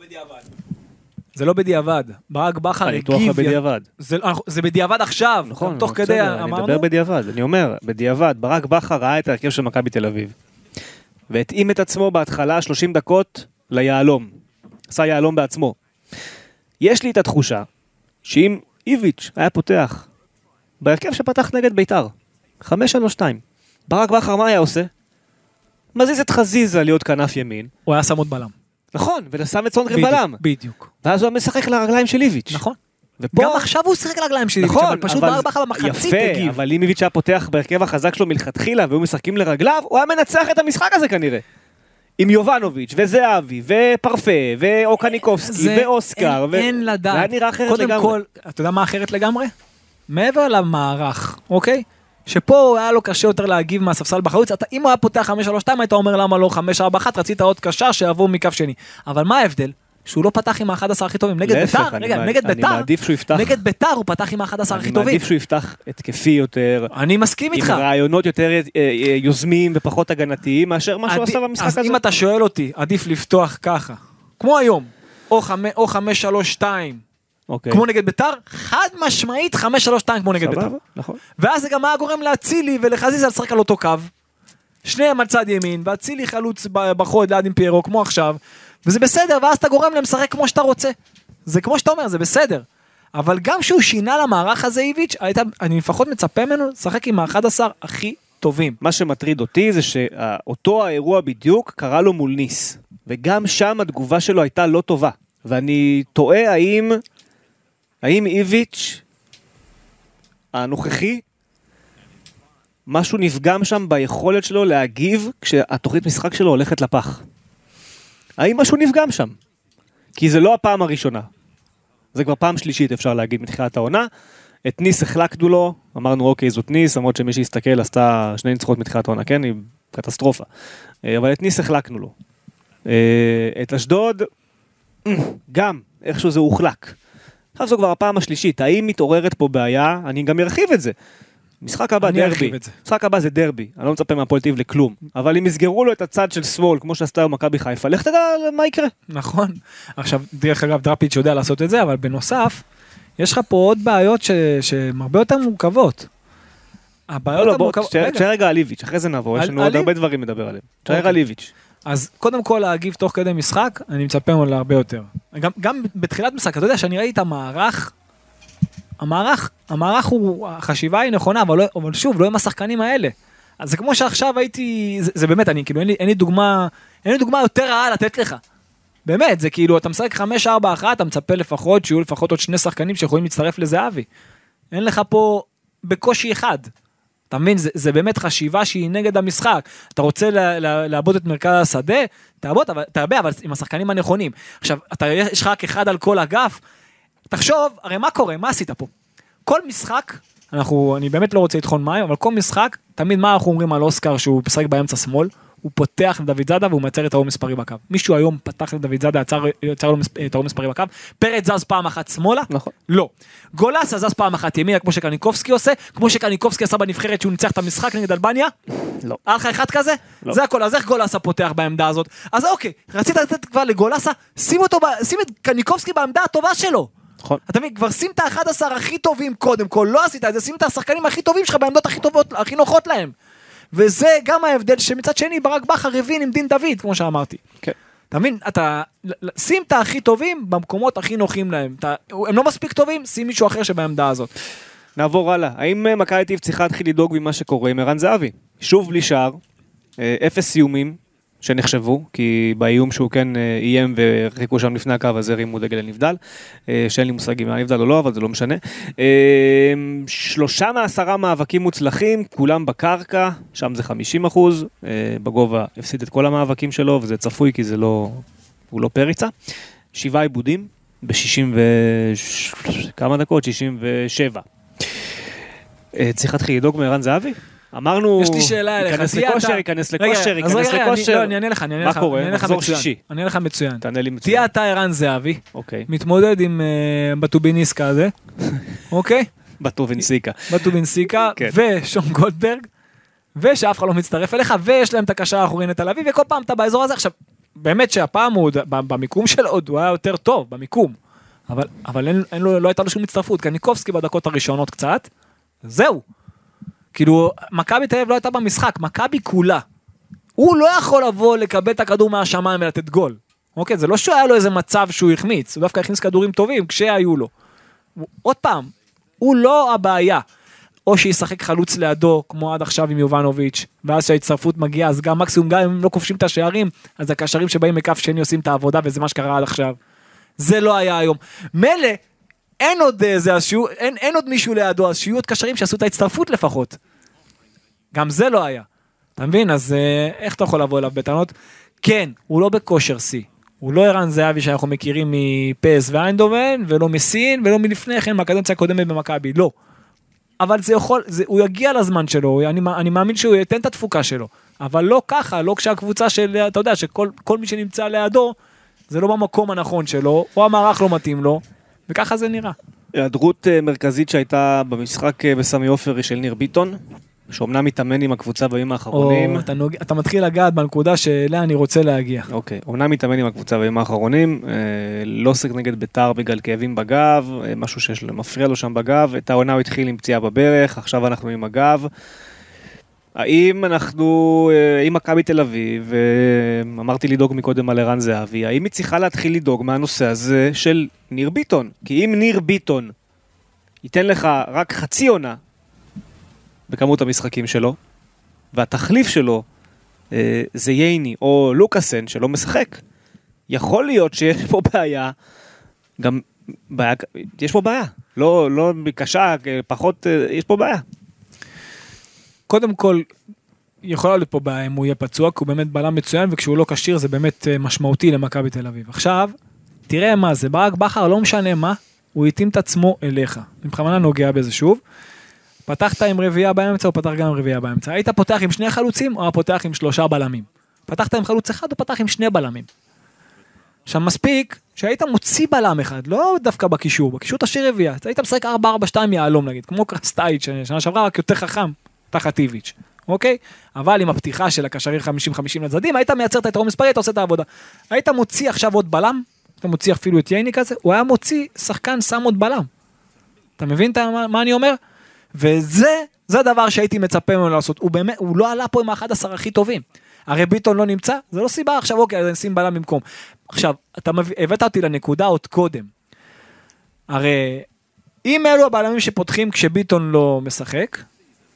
זה לא בדיעבד. ברק בכר הגיב... הניתוח בדיעבד. זה, זה בדיעבד עכשיו. נכון, תוך כדי אמרנו... אני מדבר בדיעבד, אני אומר, בדיעבד, ברק בכר ראה את ההרכב של מכבי תל אביב, והתאים את עצמו בהתחלה שלושים דקות ליעלום. עשה יעלום בעצמו. יש לי את התחושה שאם איביץ' היה פותח בהרכב שפתח נגד ביתר, חמש שלוש שתיים, ברק בכר מה היה עושה? מזיז את חזיזה להיות כנף ימין. הוא היה שם עוד בלם. נכון, ושם את סונגרן בלם. בדיוק. ואז הוא משחק לרגליים של איביץ'. נכון. ופה... גם עכשיו הוא שחק לרגליים של איביץ', נכון, אבל פשוט ברק בכר במחצית הגיב. יפה, אבל אם איביץ' היה פותח בהרכב החזק שלו מלכתחילה, והוא משחקים לרגליו, הוא היה מנצח את המשחק הזה כנראה. עם יובנוביץ' וזהבי ופרפה ואוקניקובסקי ואוסקר. אין לדעת. זה היה נראה אחרת לגמרי. קודם כל, אתה יודע מה אחרת לגמרי? מעבר למערך, אוקיי? שפה היה לו קשה יותר להגיב מהספסל בחלוץ, אם הוא היה פותח חמש שלוש שתיים, היית אומר למה לא חמש ארבע אחת, רצית עוד קשר שיבוא מקו שני. אבל מה ההבדל? שהוא לא פתח עם ה-אחד עשר הכי טובים, נגד ביתר, רגע, נגד ביתר, נגד ביתר הוא פתח עם ה-אחד עשר הכי טובים. אני מעדיף שהוא יפתח התקפי יותר, אני מסכים איתך. עם רעיונות יותר יוזמים ופחות הגנתיים, מאשר מה שהוא עשה במשחק הזה. אז אם אתה שואל אותי, עדיף לפתוח ככה, כמו היום, או חמש שלוש שתיים, כמו נגד ביתר, חד משמעית חמש שלוש שתיים כמו נגד ביתר. ואז זה גם היה גורם להצילי ולחזיזה לשחק על אותו קו, שניהם על צד ימין, והצילי חלוץ בחוד ליד עם פיירו, כמו עכשיו, וזה בסדר, ואז אתה גורם להם לשחק כמו שאתה רוצה. זה כמו שאתה אומר, זה בסדר. אבל גם שהוא שינה למערך הזה, איביץ', אני לפחות מצפה ממנו לשחק עם ה-אחד עשר הכי טובים. מה שמטריד אותי זה שאותו האירוע בדיוק קרה לו מול ניס. וגם שם התגובה שלו הייתה לא טובה. ואני טועה האם, האם איביץ' הנוכחי, משהו נפגם שם ביכולת שלו להגיב כשהתוכנית משחק שלו הולכת לפח. האם משהו נפגם שם? כי זה לא הפעם הראשונה. זה כבר פעם שלישית אפשר להגיד מתחילת העונה. את ניס החלקנו לו, אמרנו אוקיי זאת ניס, למרות שמי שיסתכל עשתה שני ניצחונות מתחילת העונה, כן? היא קטסטרופה. אבל את ניס החלקנו לו. את אשדוד, גם, איכשהו זה הוחלק. עכשיו זו כבר הפעם השלישית. האם מתעוררת פה בעיה? אני גם ארחיב את זה. משחק הבא דרבי, משחק הבא זה דרבי, אני לא מצפה מהפועל תל אביב לכלום, אבל אם יסגרו לו את הצד של שמאל, כמו שעשתה היום מכבי חיפה, לך תדע מה יקרה. נכון, עכשיו דרך אגב דראפיץ' יודע לעשות את זה, אבל בנוסף, יש לך פה עוד בעיות שהן הרבה יותר מורכבות. הבעיות המורכבות... תשאר רגע על איביץ', אחרי זה נעבור, יש לנו עוד הרבה דברים לדבר עליהם. תשאר על איביץ'. אז קודם כל להגיב תוך כדי משחק, אני מצפה ממנו להרבה יותר. גם בתחילת משחק, אתה יודע שאני ראיתי את המערך, המערך, המערך הוא, החשיבה היא נכונה, אבל, לא, אבל שוב, לא עם השחקנים האלה. אז זה כמו שעכשיו הייתי, זה, זה באמת, אני כאילו, אין לי, אין לי דוגמה, אין לי דוגמה יותר רעה לתת לך. באמת, זה כאילו, אתה משחק חמש ארבע אחת, אתה מצפה לפחות, שיהיו לפחות עוד שני שחקנים שיכולים להצטרף לזהבי. אין לך פה בקושי אחד. אתה מבין, זה, זה באמת חשיבה שהיא נגד המשחק. אתה רוצה לה, לה, לעבוד את מרכז השדה, תעבוד, אבל, תעבוד, אבל עם השחקנים הנכונים. עכשיו, אתה, יש לך רק אחד על כל אגף, תחשוב, הרי מה קורה, מה עשית פה? כל משחק, אנחנו, אני באמת לא רוצה לתחון מים, אבל כל משחק, תמיד מה אנחנו אומרים על אוסקר שהוא משחק באמצע שמאל, הוא פותח לדוד זאדה והוא מייצר את האור מספרי בקו. מישהו היום פתח לדוד זאדה, יצר לו את האור מספרי בקו, פרץ זז פעם אחת שמאלה? נכון. לא. גולסה זז פעם אחת ימינה, כמו שקניקובסקי עושה, כמו שקניקובסקי עשה בנבחרת שהוא ניצח את המשחק נגד אלבניה? לא. היה לך אחד כזה? לא. זה הכל, אז איך גולסה פותח בעמדה הזאת? אז אוקיי, רצית לתת כבר לגולסה, שים אותו, שים את קניקובסקי בעמדה הטובה שלו. נכון. אתה מבין, כבר שים את ה-אחד עשר הכי טובים קודם כל, לא עשית את זה, שים את השחקנים הכי טובים שלך בעמדות הכי טובות, הכי נוחות להם. וזה גם ההבדל שמצד שני ברק בכר הבין עם דין דוד, כמו שאמרתי. כן. אתה מבין, אתה שים את הכי טובים במקומות הכי נוחים להם. אתה, הם לא מספיק טובים, שים מישהו אחר שבעמדה הזאת. נעבור הלאה. האם מכבי תל אביב צריכה להתחיל לדאוג ממה שקורה עם ערן זהבי? שוב בלי שער, אפס סיומים שנחשבו, כי באיום שהוא כן איים וחיכו שם לפני הקו הזה רימו דגל הנבדל, שאין לי מושג אם הנבדל או לא, אבל זה לא משנה. שלושה מעשרה מאבקים מוצלחים, כולם בקרקע, שם זה חמישים אחוז, בגובה הפסיד את כל המאבקים שלו, וזה צפוי כי זה לא, הוא לא פריצה. שבעה עיבודים, ב-שישים ו... כמה דקות? שישים ושבע. צריך להתחיל לדאוג מערן זהבי? אמרנו, יש לי שאלה אליך, ייכנס לכושר, ייכנס לכושר, ייכנס לכושר. לא, אני אענה לך, אני אענה לך. מה קורה? מחזור שישי. אני אענה לך מצוין. תענה לי מצוין. תהיה אתה ערן זהבי, אוקיי. מתמודד עם בטוביניסקה הזה, אוקיי? בטובינסיקה. בטובינסיקה, ושון גולדברג, ושאף אחד לא מצטרף אליך, ויש להם את הקשר האחורי לתל אביב, וכל פעם אתה באזור הזה. עכשיו, באמת שהפעם הוא, במיקום שלו, הוא היה יותר טוב, במיקום. אבל לא הייתה לו שום מצטרפות. קניקובסקי בדקות הראשונות קצת, זהו. כאילו, מכבי תל אביב לא הייתה במשחק, מכבי כולה. הוא לא יכול לבוא לקבל את הכדור מהשמיים ולתת גול. אוקיי, זה לא שהוא היה לו איזה מצב שהוא החמיץ, הוא דווקא הכניס כדורים טובים כשהיו לו. עוד פעם, הוא לא הבעיה. או שישחק חלוץ לידו, כמו עד עכשיו עם יובנוביץ', ואז שההצטרפות מגיעה, אז גם מקסימום, גם אם לא כובשים את השערים, אז הקשרים שבאים מכף שני עושים את העבודה, וזה מה שקרה עד עכשיו. זה לא היה היום. מלא, אין עוד זה, אז שיהיו, אין, אין עוד מישהו לידו, אז שיהיו עוד קשרים שעשו את ההצטרפות לפחות. גם זה לא היה. אתה מבין? אז איך אתה יכול לבוא אליו בטענות? כן, הוא לא בכושר C. הוא לא ערן זהבי שאנחנו מכירים מפס ואיינדובן, ולא מסין, ולא מלפני כן, מהקדנציה הקודמת במכבי. לא. אבל זה יכול, זה, הוא יגיע לזמן שלו, אני, אני מאמין שהוא ייתן את התפוקה שלו. אבל לא ככה, לא כשהקבוצה של, אתה יודע, שכל כל מי שנמצא לידו, זה לא במקום הנכון שלו, או המערך לא מתאים לו, וככה זה נראה. הדרות מרכזית שהייתה במשחק בסמי עופר של ניר ביטון, שאומנם מתאמן עם הקבוצה בימים האחרונים. או, אתה, נוג... אתה מתחיל לגעת בנקודה שאליה אני רוצה להגיע. אוקיי, אומנם מתאמן עם הקבוצה בימים האחרונים, אה, לא שחק נגד ביתר בגלל כאבים בגב, אה, משהו שמפריע לו שם בגב, את העונה הוא התחיל עם פציעה בברך, עכשיו אנחנו עם הגב. האם אנחנו, אה, עם מכבי תל אביב, אה, אמרתי לדאוג מקודם על ערן זהבי, האם היא צריכה להתחיל לדאוג מהנושא הזה של ניר ביטון? כי אם ניר ביטון ייתן לך רק חצי עונה, בכמות המשחקים שלו, והתחליף שלו אה, זה ייני או לוקאסן שלא משחק, יכול להיות שיש פה בעיה, גם בעיה, יש פה בעיה, לא, לא קשה, פחות, אה, יש פה בעיה. קודם כל, יכולה להיות פה בעיה אם הוא יהיה פצוע, כי הוא באמת בלם מצוין, וכשהוא לא קשיר זה באמת משמעותי למכבי תל אביב. עכשיו, תראה מה זה, ברק בכר לא משנה מה, הוא יתאים את עצמו אליך. אני בכוונה נוגע בזה שוב, פתחת עם רביעייה באמצע, או פתח גם עם רביעייה באמצע. היית פותח עם שני חלוצים, או פותח עם שלושה בלמים. פתחת עם חלוץ אחד, או פתח עם שני בלמים. עכשיו מספיק, שהיית מוציא בלם אחד, לא דווקא בקישור, בקישור תשאיר רביעייה. היית משחק ארבע ארבע שתיים יעלום, נגיד, כמו קרסטייץ' שנה שעברה, רק יותר חכם, תחת איביץ'. אוקיי? אבל עם הפתיחה של הקשרים חמישים חמישים לצדדים, היית מייצר את היתרון מספרי, היית עושה את העבודה. היית מוציא עכשיו עוד בלם, אתה מוציא אפילו את ייני כזה, הוא היה מוציא שחקן שם עוד בלם. אתה מבין מה אני אומר? וזה, זה הדבר שהייתי מצפה ממנו לעשות. הוא באמת, הוא לא עלה פה עם ה-אחד עשר הכי טובים. הרי ביטון לא נמצא, זה לא סיבה, עכשיו אוקיי, אז נשים בלם במקום. עכשיו, אתה הבאת אותי לנקודה עוד קודם. הרי, אם אלו הבלמים שפותחים כשביטון לא משחק,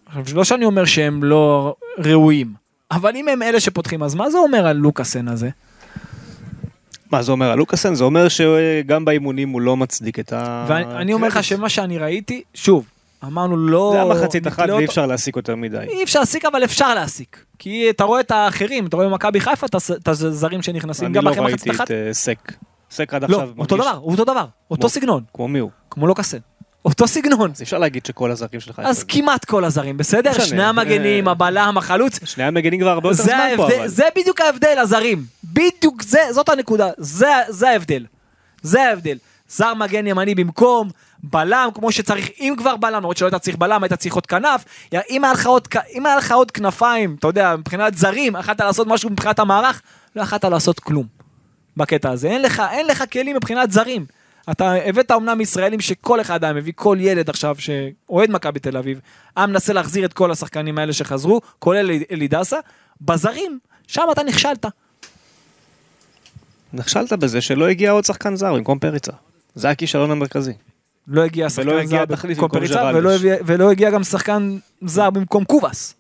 עכשיו, לא שאני אומר שהם לא ראויים, אבל אם הם אלה שפותחים, אז מה זה אומר על לוקאסן הזה? מה זה אומר על לוקאסן? זה אומר שגם באימונים הוא לא מצדיק את ה... ואני אומר לך שמה שאני ראיתי, שוב, אמרנו לא... זה המחצית אחת ואי אפשר להסיק יותר מדי. אי אפשר להסיק, אבל אפשר להסיק. כי אתה רואה את האחרים, אתה רואה במכבי חיפה, את הזרים שנכנסים גם אחרי מחצית אחת. אני לא ראיתי את סק. סק עד לא, עכשיו אותו דבר, אותו דבר, אותו סגנון. כמו מי הוא? כמו לוקאסן. אותו סגנון. אז אפשר להגיד שכל הזרים שלך... אז כמעט כל הזרים, בסדר? שני המגנים, הבלם, החלוץ. שני המגנים כבר הרבה יותר זמן פה, אבל... זה בדיוק ההבדל, הזרים. בדיוק, זאת הנקודה. זה ההבדל. זה ההבדל. זר מגן ימני במקום, בלם, כמו שצריך, אם כבר בלם, למרות שלא היית צריך בלם, היית צריך עוד כנף, אם היה לך עוד כנפיים, אתה יודע, מבחינת זרים, יכלת לעשות משהו מבחינת המערך, לא יכלת לעשות כלום בקטע הזה. אין לך, אין לך כלים מבחינת זרים. אתה הבאת אומנם ישראלים שכל אחד היה מביא, כל ילד עכשיו שאוהד מכבי תל אביב, היה מנסה להחזיר את כל השחקנים האלה שחזרו, כולל אלי דסה, בזרים, שם אתה נכשלת. נכשלת בזה שלא הגיע עוד שחקן זר במקום פריצה. זה הכישלון המרכזי. לא הגיע שחקן זר במקום פריצה, ולא הגיע גם שחקן זר במקום קובס.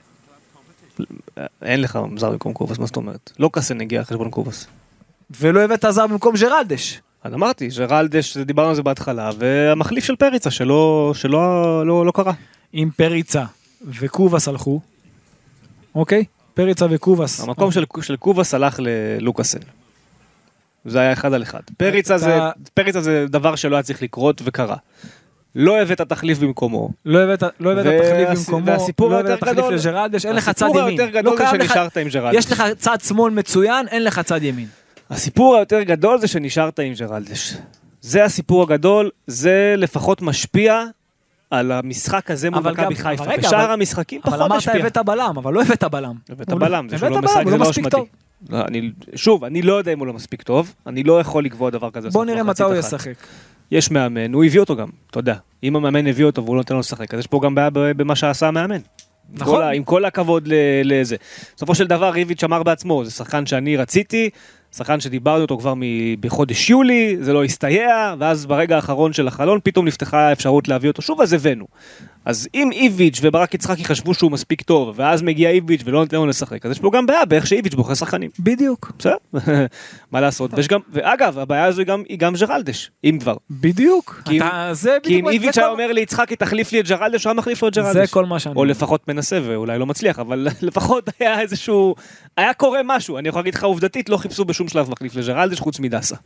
אין לך זר במקום קובס, מה זאת אומרת? לא קסן הגיע חשבון קובס. ולא הבאת זר במקום ג'רלדש. אז אמרתי, ג'רלדש, דיברנו על זה בהתחלה, והמחליף של פריצה, שלא, שלא, לא, לא קרה. אם פריצה וקובס הלכו, אוקיי? פריצה וקובס. המקום של, של קובס הלך ללוקאסן. זה היה אחד על אחד. פריצה זה, פריצה זה דבר שלא היה צריך לקרות וקרה. לא הבאת תחליף במקומו. לא הבאת, לא הבאת תחליף במקומו. והסיפור לא היותר גדול, לג'רלדש, אין לך צד הסיפור ימין. היותר גדול זה שנשארת עם ג'רלדש. יש לך צד שמאל מצוין, אין לך צד ימין. הסיפור היותר גדול זה שנשארת עם ג'רלדש. זה הסיפור הגדול, זה לפחות משפיע על המשחק הזה מול מכבי חיפה. בשאר המשחקים פחות משפיע. אבל אמרת הבאת בלם, אבל לא הבאת בלם. הבאת בלם, זה שלא משחק, זה לא אשמתי. שוב, אני לא יודע אם הוא לא מספיק טוב, אני לא יכול לקבוע דבר כזה. בוא נראה מתי הוא ישחק. יש מאמן, הוא הביא אותו גם, אתה יודע. אם המאמן הביא אותו והוא לא נותן לו לשחק, אז יש פה גם בעיה במה שעשה המאמן. נכון. עם כל הכבוד לזה. בסופו של דבר, ריביץ' אמר בעצמו, זה שחקן שאני רציתי, שחקן שדיברנו אותו כבר בחודש יולי, זה לא הסתייע, ואז ברגע האחרון של החלון, פתאום נפתחה האפשרות להביא אותו שוב, אז הבאנו. אז אם איביץ' וברק יצחקי חשבו שהוא מספיק טוב, ואז מגיע איביץ' ולא נותן לו לשחק, אז יש פה גם בעיה באיך שאיביץ' בוחר שחקנים. בדיוק. בסדר? מה לעשות? גם, ואגב, הבעיה הזו היא גם, היא גם ג'רלדש, אם כבר. בדיוק. כי, אתה, זה כי אם איביץ' היה אומר לי, יצחקי תחליף לי את ג'רלדש, הוא היה מחליף לו את ג'רלדש. זה כל מה שאני. או לפחות מנסה, ואולי לא מצליח, אבל לפחות היה איזשהו, היה קורה משהו. אני יכול להגיד לך עובדתית, לא חיפשו בשום שלב מחליף לג'רלדש, חוץ מדסה.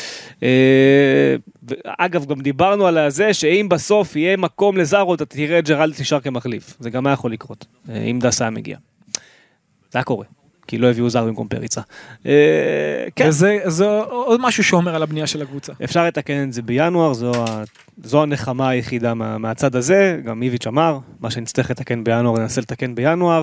אגב, גם דיברנו על זה שאם בסוף יהיה מקום לזארו, אתה תראה את ג'רלדש נשאר כמחליף. זה גם היה יכול לקרות, אם דסה היה מגיע. זה היה קורה, כי לא הביאו זר במקום פריצה. וזה עוד משהו שאומר על הבנייה של הקבוצה. אפשר לתקן את זה בינואר, זו הנחמה היחידה מהצד הזה, גם איביץ' אמר, מה שנצטרך לתקן בינואר, ננסה לתקן בינואר.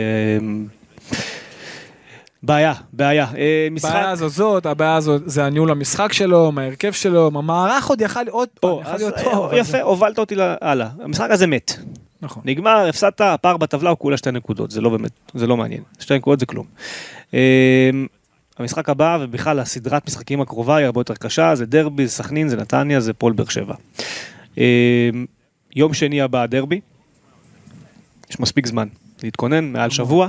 בעיה, בעיה. בעיה הזו זאת, הבעיה הזו זה הניהול המשחק שלו, מהרכב שלו, המערך עוד יכל עוד פעם, יפה, הובלת אותי הלאה. המשחק הזה מת. נכון. נגמר, הפסדת, הפער בטבלה הוא כולה שתי נקודות, זה לא באמת, זה לא מעניין. שתי נקודות זה כלום. המשחק הבא, ובכלל הסדרת משחקים הקרובה היא הרבה יותר קשה, זה דרבי, זה סכנין, זה נתניה, זה פועל באר שבע. יום שני הבא דרבי, יש מספיק זמן להתכונן, מעל שבוע.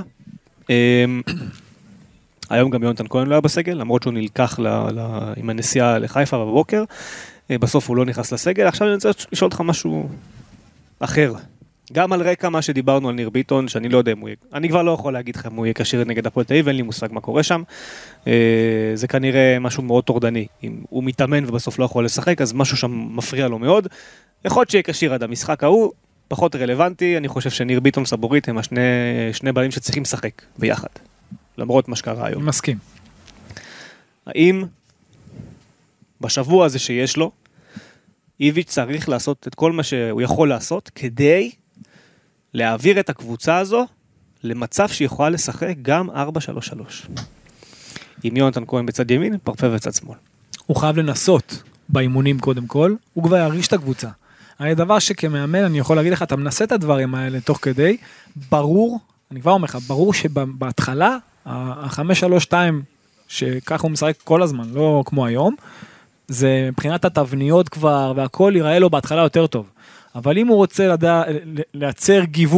היום גם יונתן כהן לא היה בסגל, למרות שהוא נלקח ל, ל, עם הנסיעה לחיפה בבוקר, בסוף הוא לא נכנס לסגל. עכשיו אני רוצה לשאול אותך משהו אחר. גם על רקע מה שדיברנו על ניר ביטון, שאני לא יודע אם הוא יהיה, אני כבר לא יכול להגיד לך אם הוא יהיה קשיר נגד הפועל תל אביב, אין לי מושג מה קורה שם. זה כנראה משהו מאוד תורדני. אם הוא מתאמן ובסוף לא יכול לשחק, אז משהו שם מפריע לו מאוד. יכול להיות שיהיה קשיר עד המשחק ההוא, פחות רלוונטי. אני חושב שניר ביטון סבורית הם השני, שני בעלים שצריכים לשחק ביחד. למרות מה שקרה היום. אני מסכים. האם בשבוע הזה שיש לו, איביץ' צריך לעשות את כל מה שהוא יכול לעשות, כדי להעביר את הקבוצה הזו למצב שיכולה לשחק גם ארבע שלוש שלוש. עם יונתן כהן בצד ימין, פרפה בצד שמאל. הוא חייב לנסות באימונים קודם כל, הוא כבר ירגיש את הקבוצה. הרי דבר שכמאמן אני יכול להגיד לך, אתה מנסה את הדברים האלה תוך כדי, ברור, אני כבר אומר לך, ברור שבהתחלה, ה-חמש שלוש שתיים, שככה הוא משחק כל הזמן, לא כמו היום, זה מבחינת התבניות כבר, והכל ייראה לו בהתחלה יותר טוב. אבל אם הוא רוצה לדע, לייצר גיוון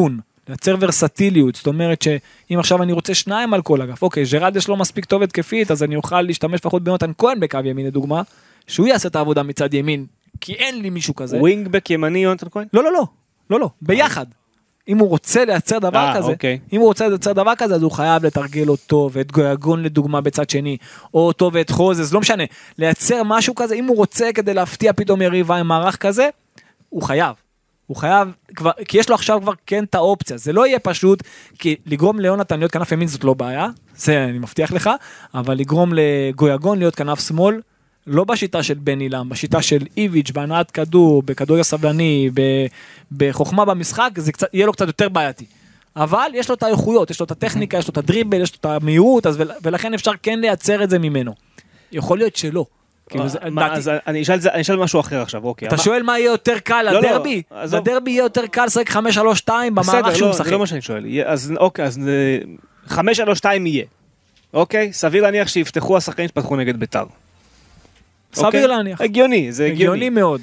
לייצר ורסטיליות, זאת אומרת שאם עכשיו אני רוצה שניים על כל אגף, אוקיי, ג'רלדש לא מספיק טוב התקפית, אז אני אוכל להשתמש לפחות ביונתן כהן בקו ימין לדוגמה, שהוא יעשה את העבודה מצד ימין, כי אין לי מישהו כזה. ווינגבק ימני יונתן כהן? לא, לא, לא, לא, לא, ביחד. אם הוא רוצה לייצר דבר כזה, אם הוא רוצה לייצר דבר כזה, אז הוא חייב לתרגל אותו, ואת גויגון לדוגמה בצד שני, או אותו ואת חוזז, לא משנה, לייצר משהו כזה, אם הוא רוצה כדי להפתיע פתאום יריבה עם מערך כזה, הוא חייב. הוא חייב, כבר, כי יש לו עכשיו כבר כן את האופציה, זה לא יהיה פשוט, כי לגרום ליונתן להיות כנף ימין זאת לא בעיה, זה אני מבטיח לך, אבל לגרום לגויגון להיות כנף שמאל, לא בשיטה של בן אילם, בשיטה של איביץ', בהנעת כדור, בכדור הסבלני, בחוכמה במשחק, זה קצת, יהיה לו קצת יותר בעייתי. אבל יש לו את האיכויות, יש לו את הטכניקה, יש לו את הדריבל, יש לו את המהירות, אז ולכן אפשר כן לייצר את זה ממנו. יכול להיות שלא. אז אני אשאל משהו אחר עכשיו, אוקיי. אתה שואל מה יהיה יותר קל לדרבי? לדרבי יהיה יותר קל לשחק חמש שלוש שתיים במערך שהוא משחק. זה לא מה שאני שואל. אז אוקיי, אז חמש שלוש שתיים יהיה. אוקיי? סביר להניח שיפתחו השחקנים שפתחו נגד ביתר. סביר להניח. הגיוני, זה הגיוני. הגיוני מאוד.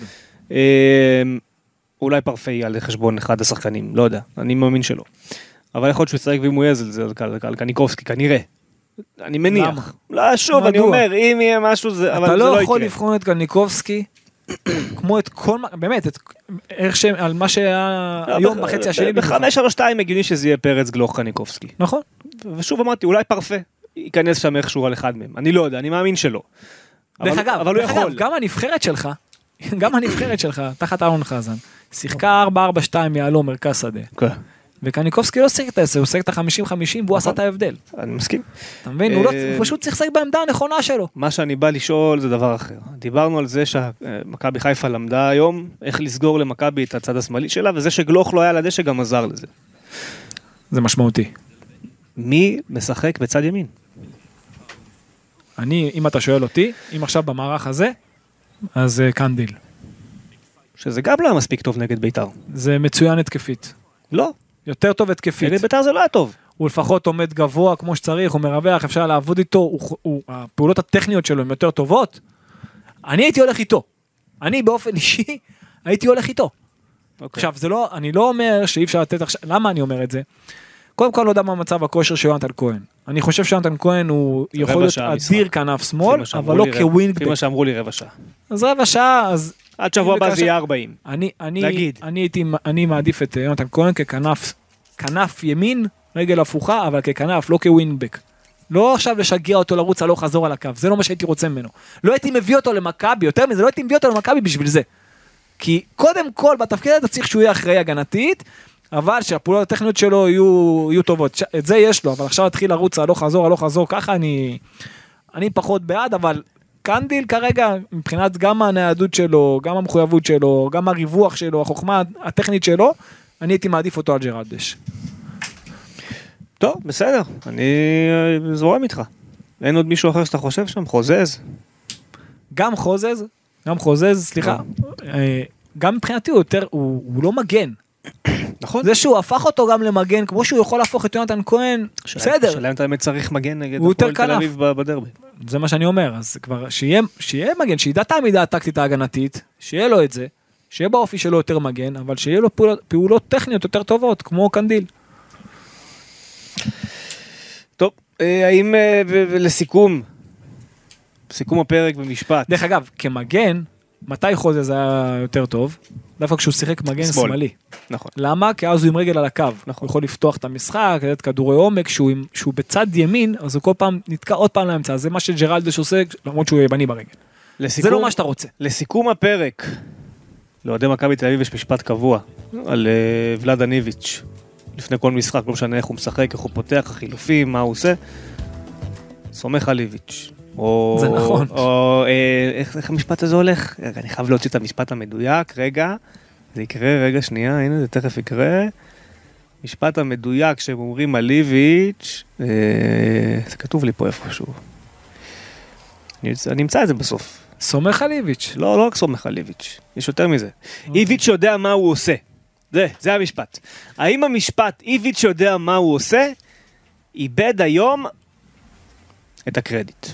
אולי פרפה יהיה על חשבון אחד השחקנים, לא יודע, אני מאמין שלא. אבל יכול להיות שהוא יצטרק ואם הוא יהיה זה על קניקובסקי, כנראה. אני מניח. לא, שוב, אני אומר, אם יהיה משהו, אבל זה לא יקרה. אתה לא יכול לבחון את קניקובסקי, כמו את כל, באמת, על מה שהיה היום בחצי השני. ב-חמש שלוש שתיים הגיוני שזה יהיה פרץ גלוך קניקובסקי. נכון. ושוב אמרתי, אולי פרפה ייכנס שם איכשהו על אחד מהם. אני לא יודע, אני מאמין שלא. דרך אגב, גם הנבחרת שלך, גם הנבחרת שלך, תחת אלון חזן, שיחקה ארבע ארבע שתיים יעלו מרכז שדה. וקניקובסקי לא שיחק את זה, הוא שיחק את ה-חמישים חמישים והוא עשה את ההבדל. אני מסכים. אתה מבין? הוא פשוט צריך לשחק בעמדה הנכונה שלו. מה שאני בא לשאול זה דבר אחר. דיברנו על זה שמכבי חיפה למדה היום איך לסגור למכבי את הצד השמאלי שלה, וזה שגלוך לא היה לדשא גם עזר לזה. זה משמעותי. מי משחק בצד ימין? אני, אם אתה שואל אותי, אם עכשיו במערך הזה, אז קנדיל. שזה גם לא היה מספיק טוב נגד ביתר. זה מצוין התקפית. לא. יותר טוב התקפית. נגד ביתר זה לא היה טוב. הוא לפחות עומד גבוה כמו שצריך, הוא מרווח, אפשר לעבוד איתו, הוא, הוא, הפעולות הטכניות שלו הן יותר טובות. אני הייתי הולך איתו. אני באופן אישי הייתי הולך איתו. Okay. עכשיו, זה לא, אני לא אומר שאי אפשר לתת עכשיו, למה אני אומר את זה? קודם כל לא יודע מה מצב הכושר של יונתן כהן. אני חושב שיונתן כהן הוא יכול להיות אדיר כנף שמאל, אבל לא כווינג. לפי מה שאמרו לי רבע שעה. אז רבע שעה, אז... עד שבוע הבא זה יהיה ארבעים. אני, אני, אני הייתי, אני מעדיף את יונתן כהן ככנף, כנף ימין, רגל הפוכה, אבל ככנף, לא כווינגבק. לא עכשיו לשגע אותו לרוץ הלוך חזור על הקו, זה לא מה שהייתי רוצה ממנו. לא הייתי מביא אותו למכבי, יותר מזה, לא הייתי מביא אותו למכבי בשביל זה. כי קודם כל, בתפקיד אתה צריך שהוא יהיה אחראי הגנתית, אבל שהפעולות הטכניות שלו יהיו, יהיו טובות. את זה יש לו, אבל עכשיו התחיל לרוץ הלוך חזור, הלוך חזור, ככה אני, אני פחות בעד, אבל קנדיל כרגע, מבחינת גם הניידות שלו, גם המחויבות שלו, גם הריווח שלו, החוכמה הטכנית שלו, אני הייתי מעדיף אותו על ג'רלדש. טוב, בסדר, אני זורם איתך. אין עוד מישהו אחר שאתה חושב שם? חוזז? גם חוזז, גם חוזז, סליחה, גם מבחינתי הוא יותר, הוא, הוא לא מגן. נכון. זה שהוא הפך אותו גם למגן, כמו שהוא יכול להפוך את יונתן כהן, בסדר. שלהם אתה באמת צריך מגן נגד הפועל תל אביב בדרבי. זה מה שאני אומר, אז כבר שיהיה, שיהיה מגן, שידע את העמידה הטקטית ההגנתית, שיהיה לו את זה, שיהיה באופי שלו יותר מגן, אבל שיהיה לו פעולות, פעולות טכניות יותר טובות, כמו קנדיל. טוב, האם לסיכום, סיכום הפרק במשפט. דרך אגב, כמגן, מתי חוזז היה יותר טוב? דווקא כשהוא שיחק מגן שמאל. שמאלי. נכון. למה? כי אז הוא עם רגל על הקו. נכון. הוא יכול לפתוח את המשחק, לתת כדורי עומק, שהוא, שהוא בצד ימין, אז הוא כל פעם נתקע עוד פעם לאמצע. זה מה שג'רלדש עושה, למרות שהוא יבני ברגל. לסיכום, זה לא מה שאתה רוצה. לסיכום הפרק, לאוהדי מכבי תל אביב יש משפט קבוע, על uh, ולאדה ניביץ'. לפני כל משחק, לא משנה איך הוא משחק, איך הוא פותח, החילופים, מה הוא עושה. סומך על איביץ'. או, זה נכון. או, אה, איך, איך המשפט הזה הולך? רגע, אני חייב להוציא את המשפט המדויק, רגע, זה יקרה, רגע, שנייה, הנה, זה תכף יקרה. משפט המדויק שהם אומרים על איביץ', אה, זה כתוב לי פה איפשהו. אני, אני אמצא את זה בסוף. סומך על איביץ'. לא, לא רק סומך על איביץ', יש יותר מזה. Okay. איביץ' יודע מה הוא עושה. זה, זה המשפט. האם המשפט, איביץ' יודע מה הוא עושה, איבד היום את הקרדיט.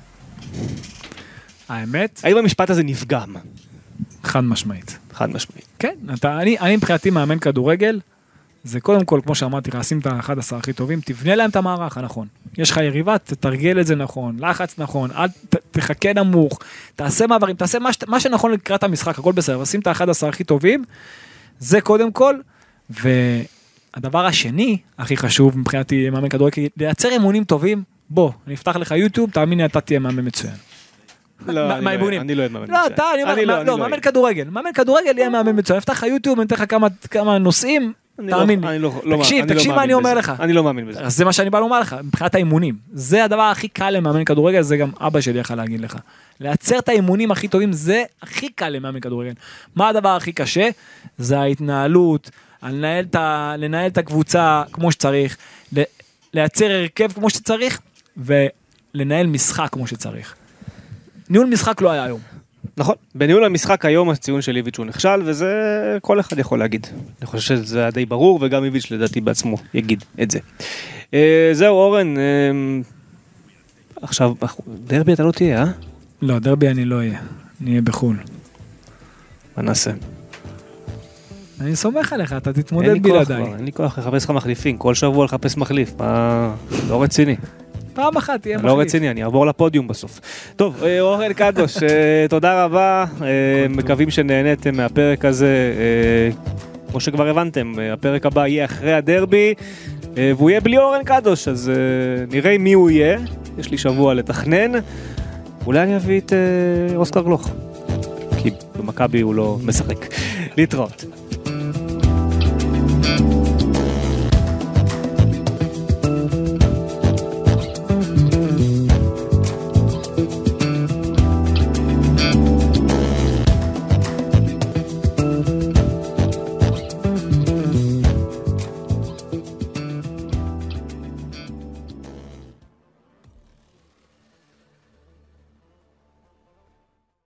האמת? האם המשפט הזה נפגם? חד משמעית. חד משמעית. כן, אתה, אני, אני מבחינתי מאמן כדורגל, זה קודם כל, כמו שאמרתי, שים את ה-אחד עשר הכי טובים, תבנה להם את המערך הנכון. יש לך יריבה, תתרגל את זה נכון, לחץ נכון, אל ת, תחכה נמוך, תעשה מעברים, תעשה מה, מה שנכון לקראת המשחק, הכל בסדר, שים את ה-אחד עשר הכי טובים, זה קודם כל, והדבר השני, הכי חשוב מבחינתי מאמן כדורגל, לייצר אימונים טובים, בוא, אני אפתח לך יוטיוב, תאמין לי, אתה תהיה מאמן מצוין. לא, אני לא אהיה מאמן מצוין. לא, אתה, אני אומר, לא, מאמן כדורגל, מאמן כדורגל יהיה מאמן מצוין, אפתח לך יוטיוב, אני אתן לך כמה נושאים, תאמין לי. תקשיב, תקשיב מה אני אומר לך. אני לא מאמין בזה. אז זה מה שאני בא לומר לך, מבחינת האימונים. זה הדבר הכי קל למאמן כדורגל, זה גם אבא שלי יכול להגיד לך. לייצר את האימונים הכי טובים, זה הכי קל למאמן כדורגל. מה הדבר הכי קשה? זה ההתנהלות, לנהל את הקבוצה כמו שצריך, לייצר הרכב כמו שצריך, ולנהל משחק כמו שצריך. ניהול משחק לא היה היום. נכון, בניהול המשחק היום הציון של איביץ' הוא נכשל, וזה כל אחד יכול להגיד. אני חושב שזה די ברור, וגם איביץ' לדעתי בעצמו יגיד את זה. זהו, אורן, עכשיו, דרבי אתה לא תהיה, אה? לא, דרבי אני לא אהיה, אני אהיה בחול. מה נעשה? אני סומך עליך, אתה תתמודד בלעדיי. אין לי כוח לחפש לך מחליפים, כל שבוע לחפש מחליף, לא רציני. פעם אחת תהיה מחליף. לא רציני, אני אעבור לפודיום בסוף. טוב, אורן קדוש, תודה רבה, מקווים שנהנתם מהפרק הזה, כמו שכבר הבנתם, הפרק הבא יהיה אחרי הדרבי, והוא יהיה בלי אורן קדוש, אז נראה מי הוא יהיה, יש לי שבוע לתכנן, אולי אני אביא את אוסקר גלוך, כי במכבי הוא לא משחק. להתראות.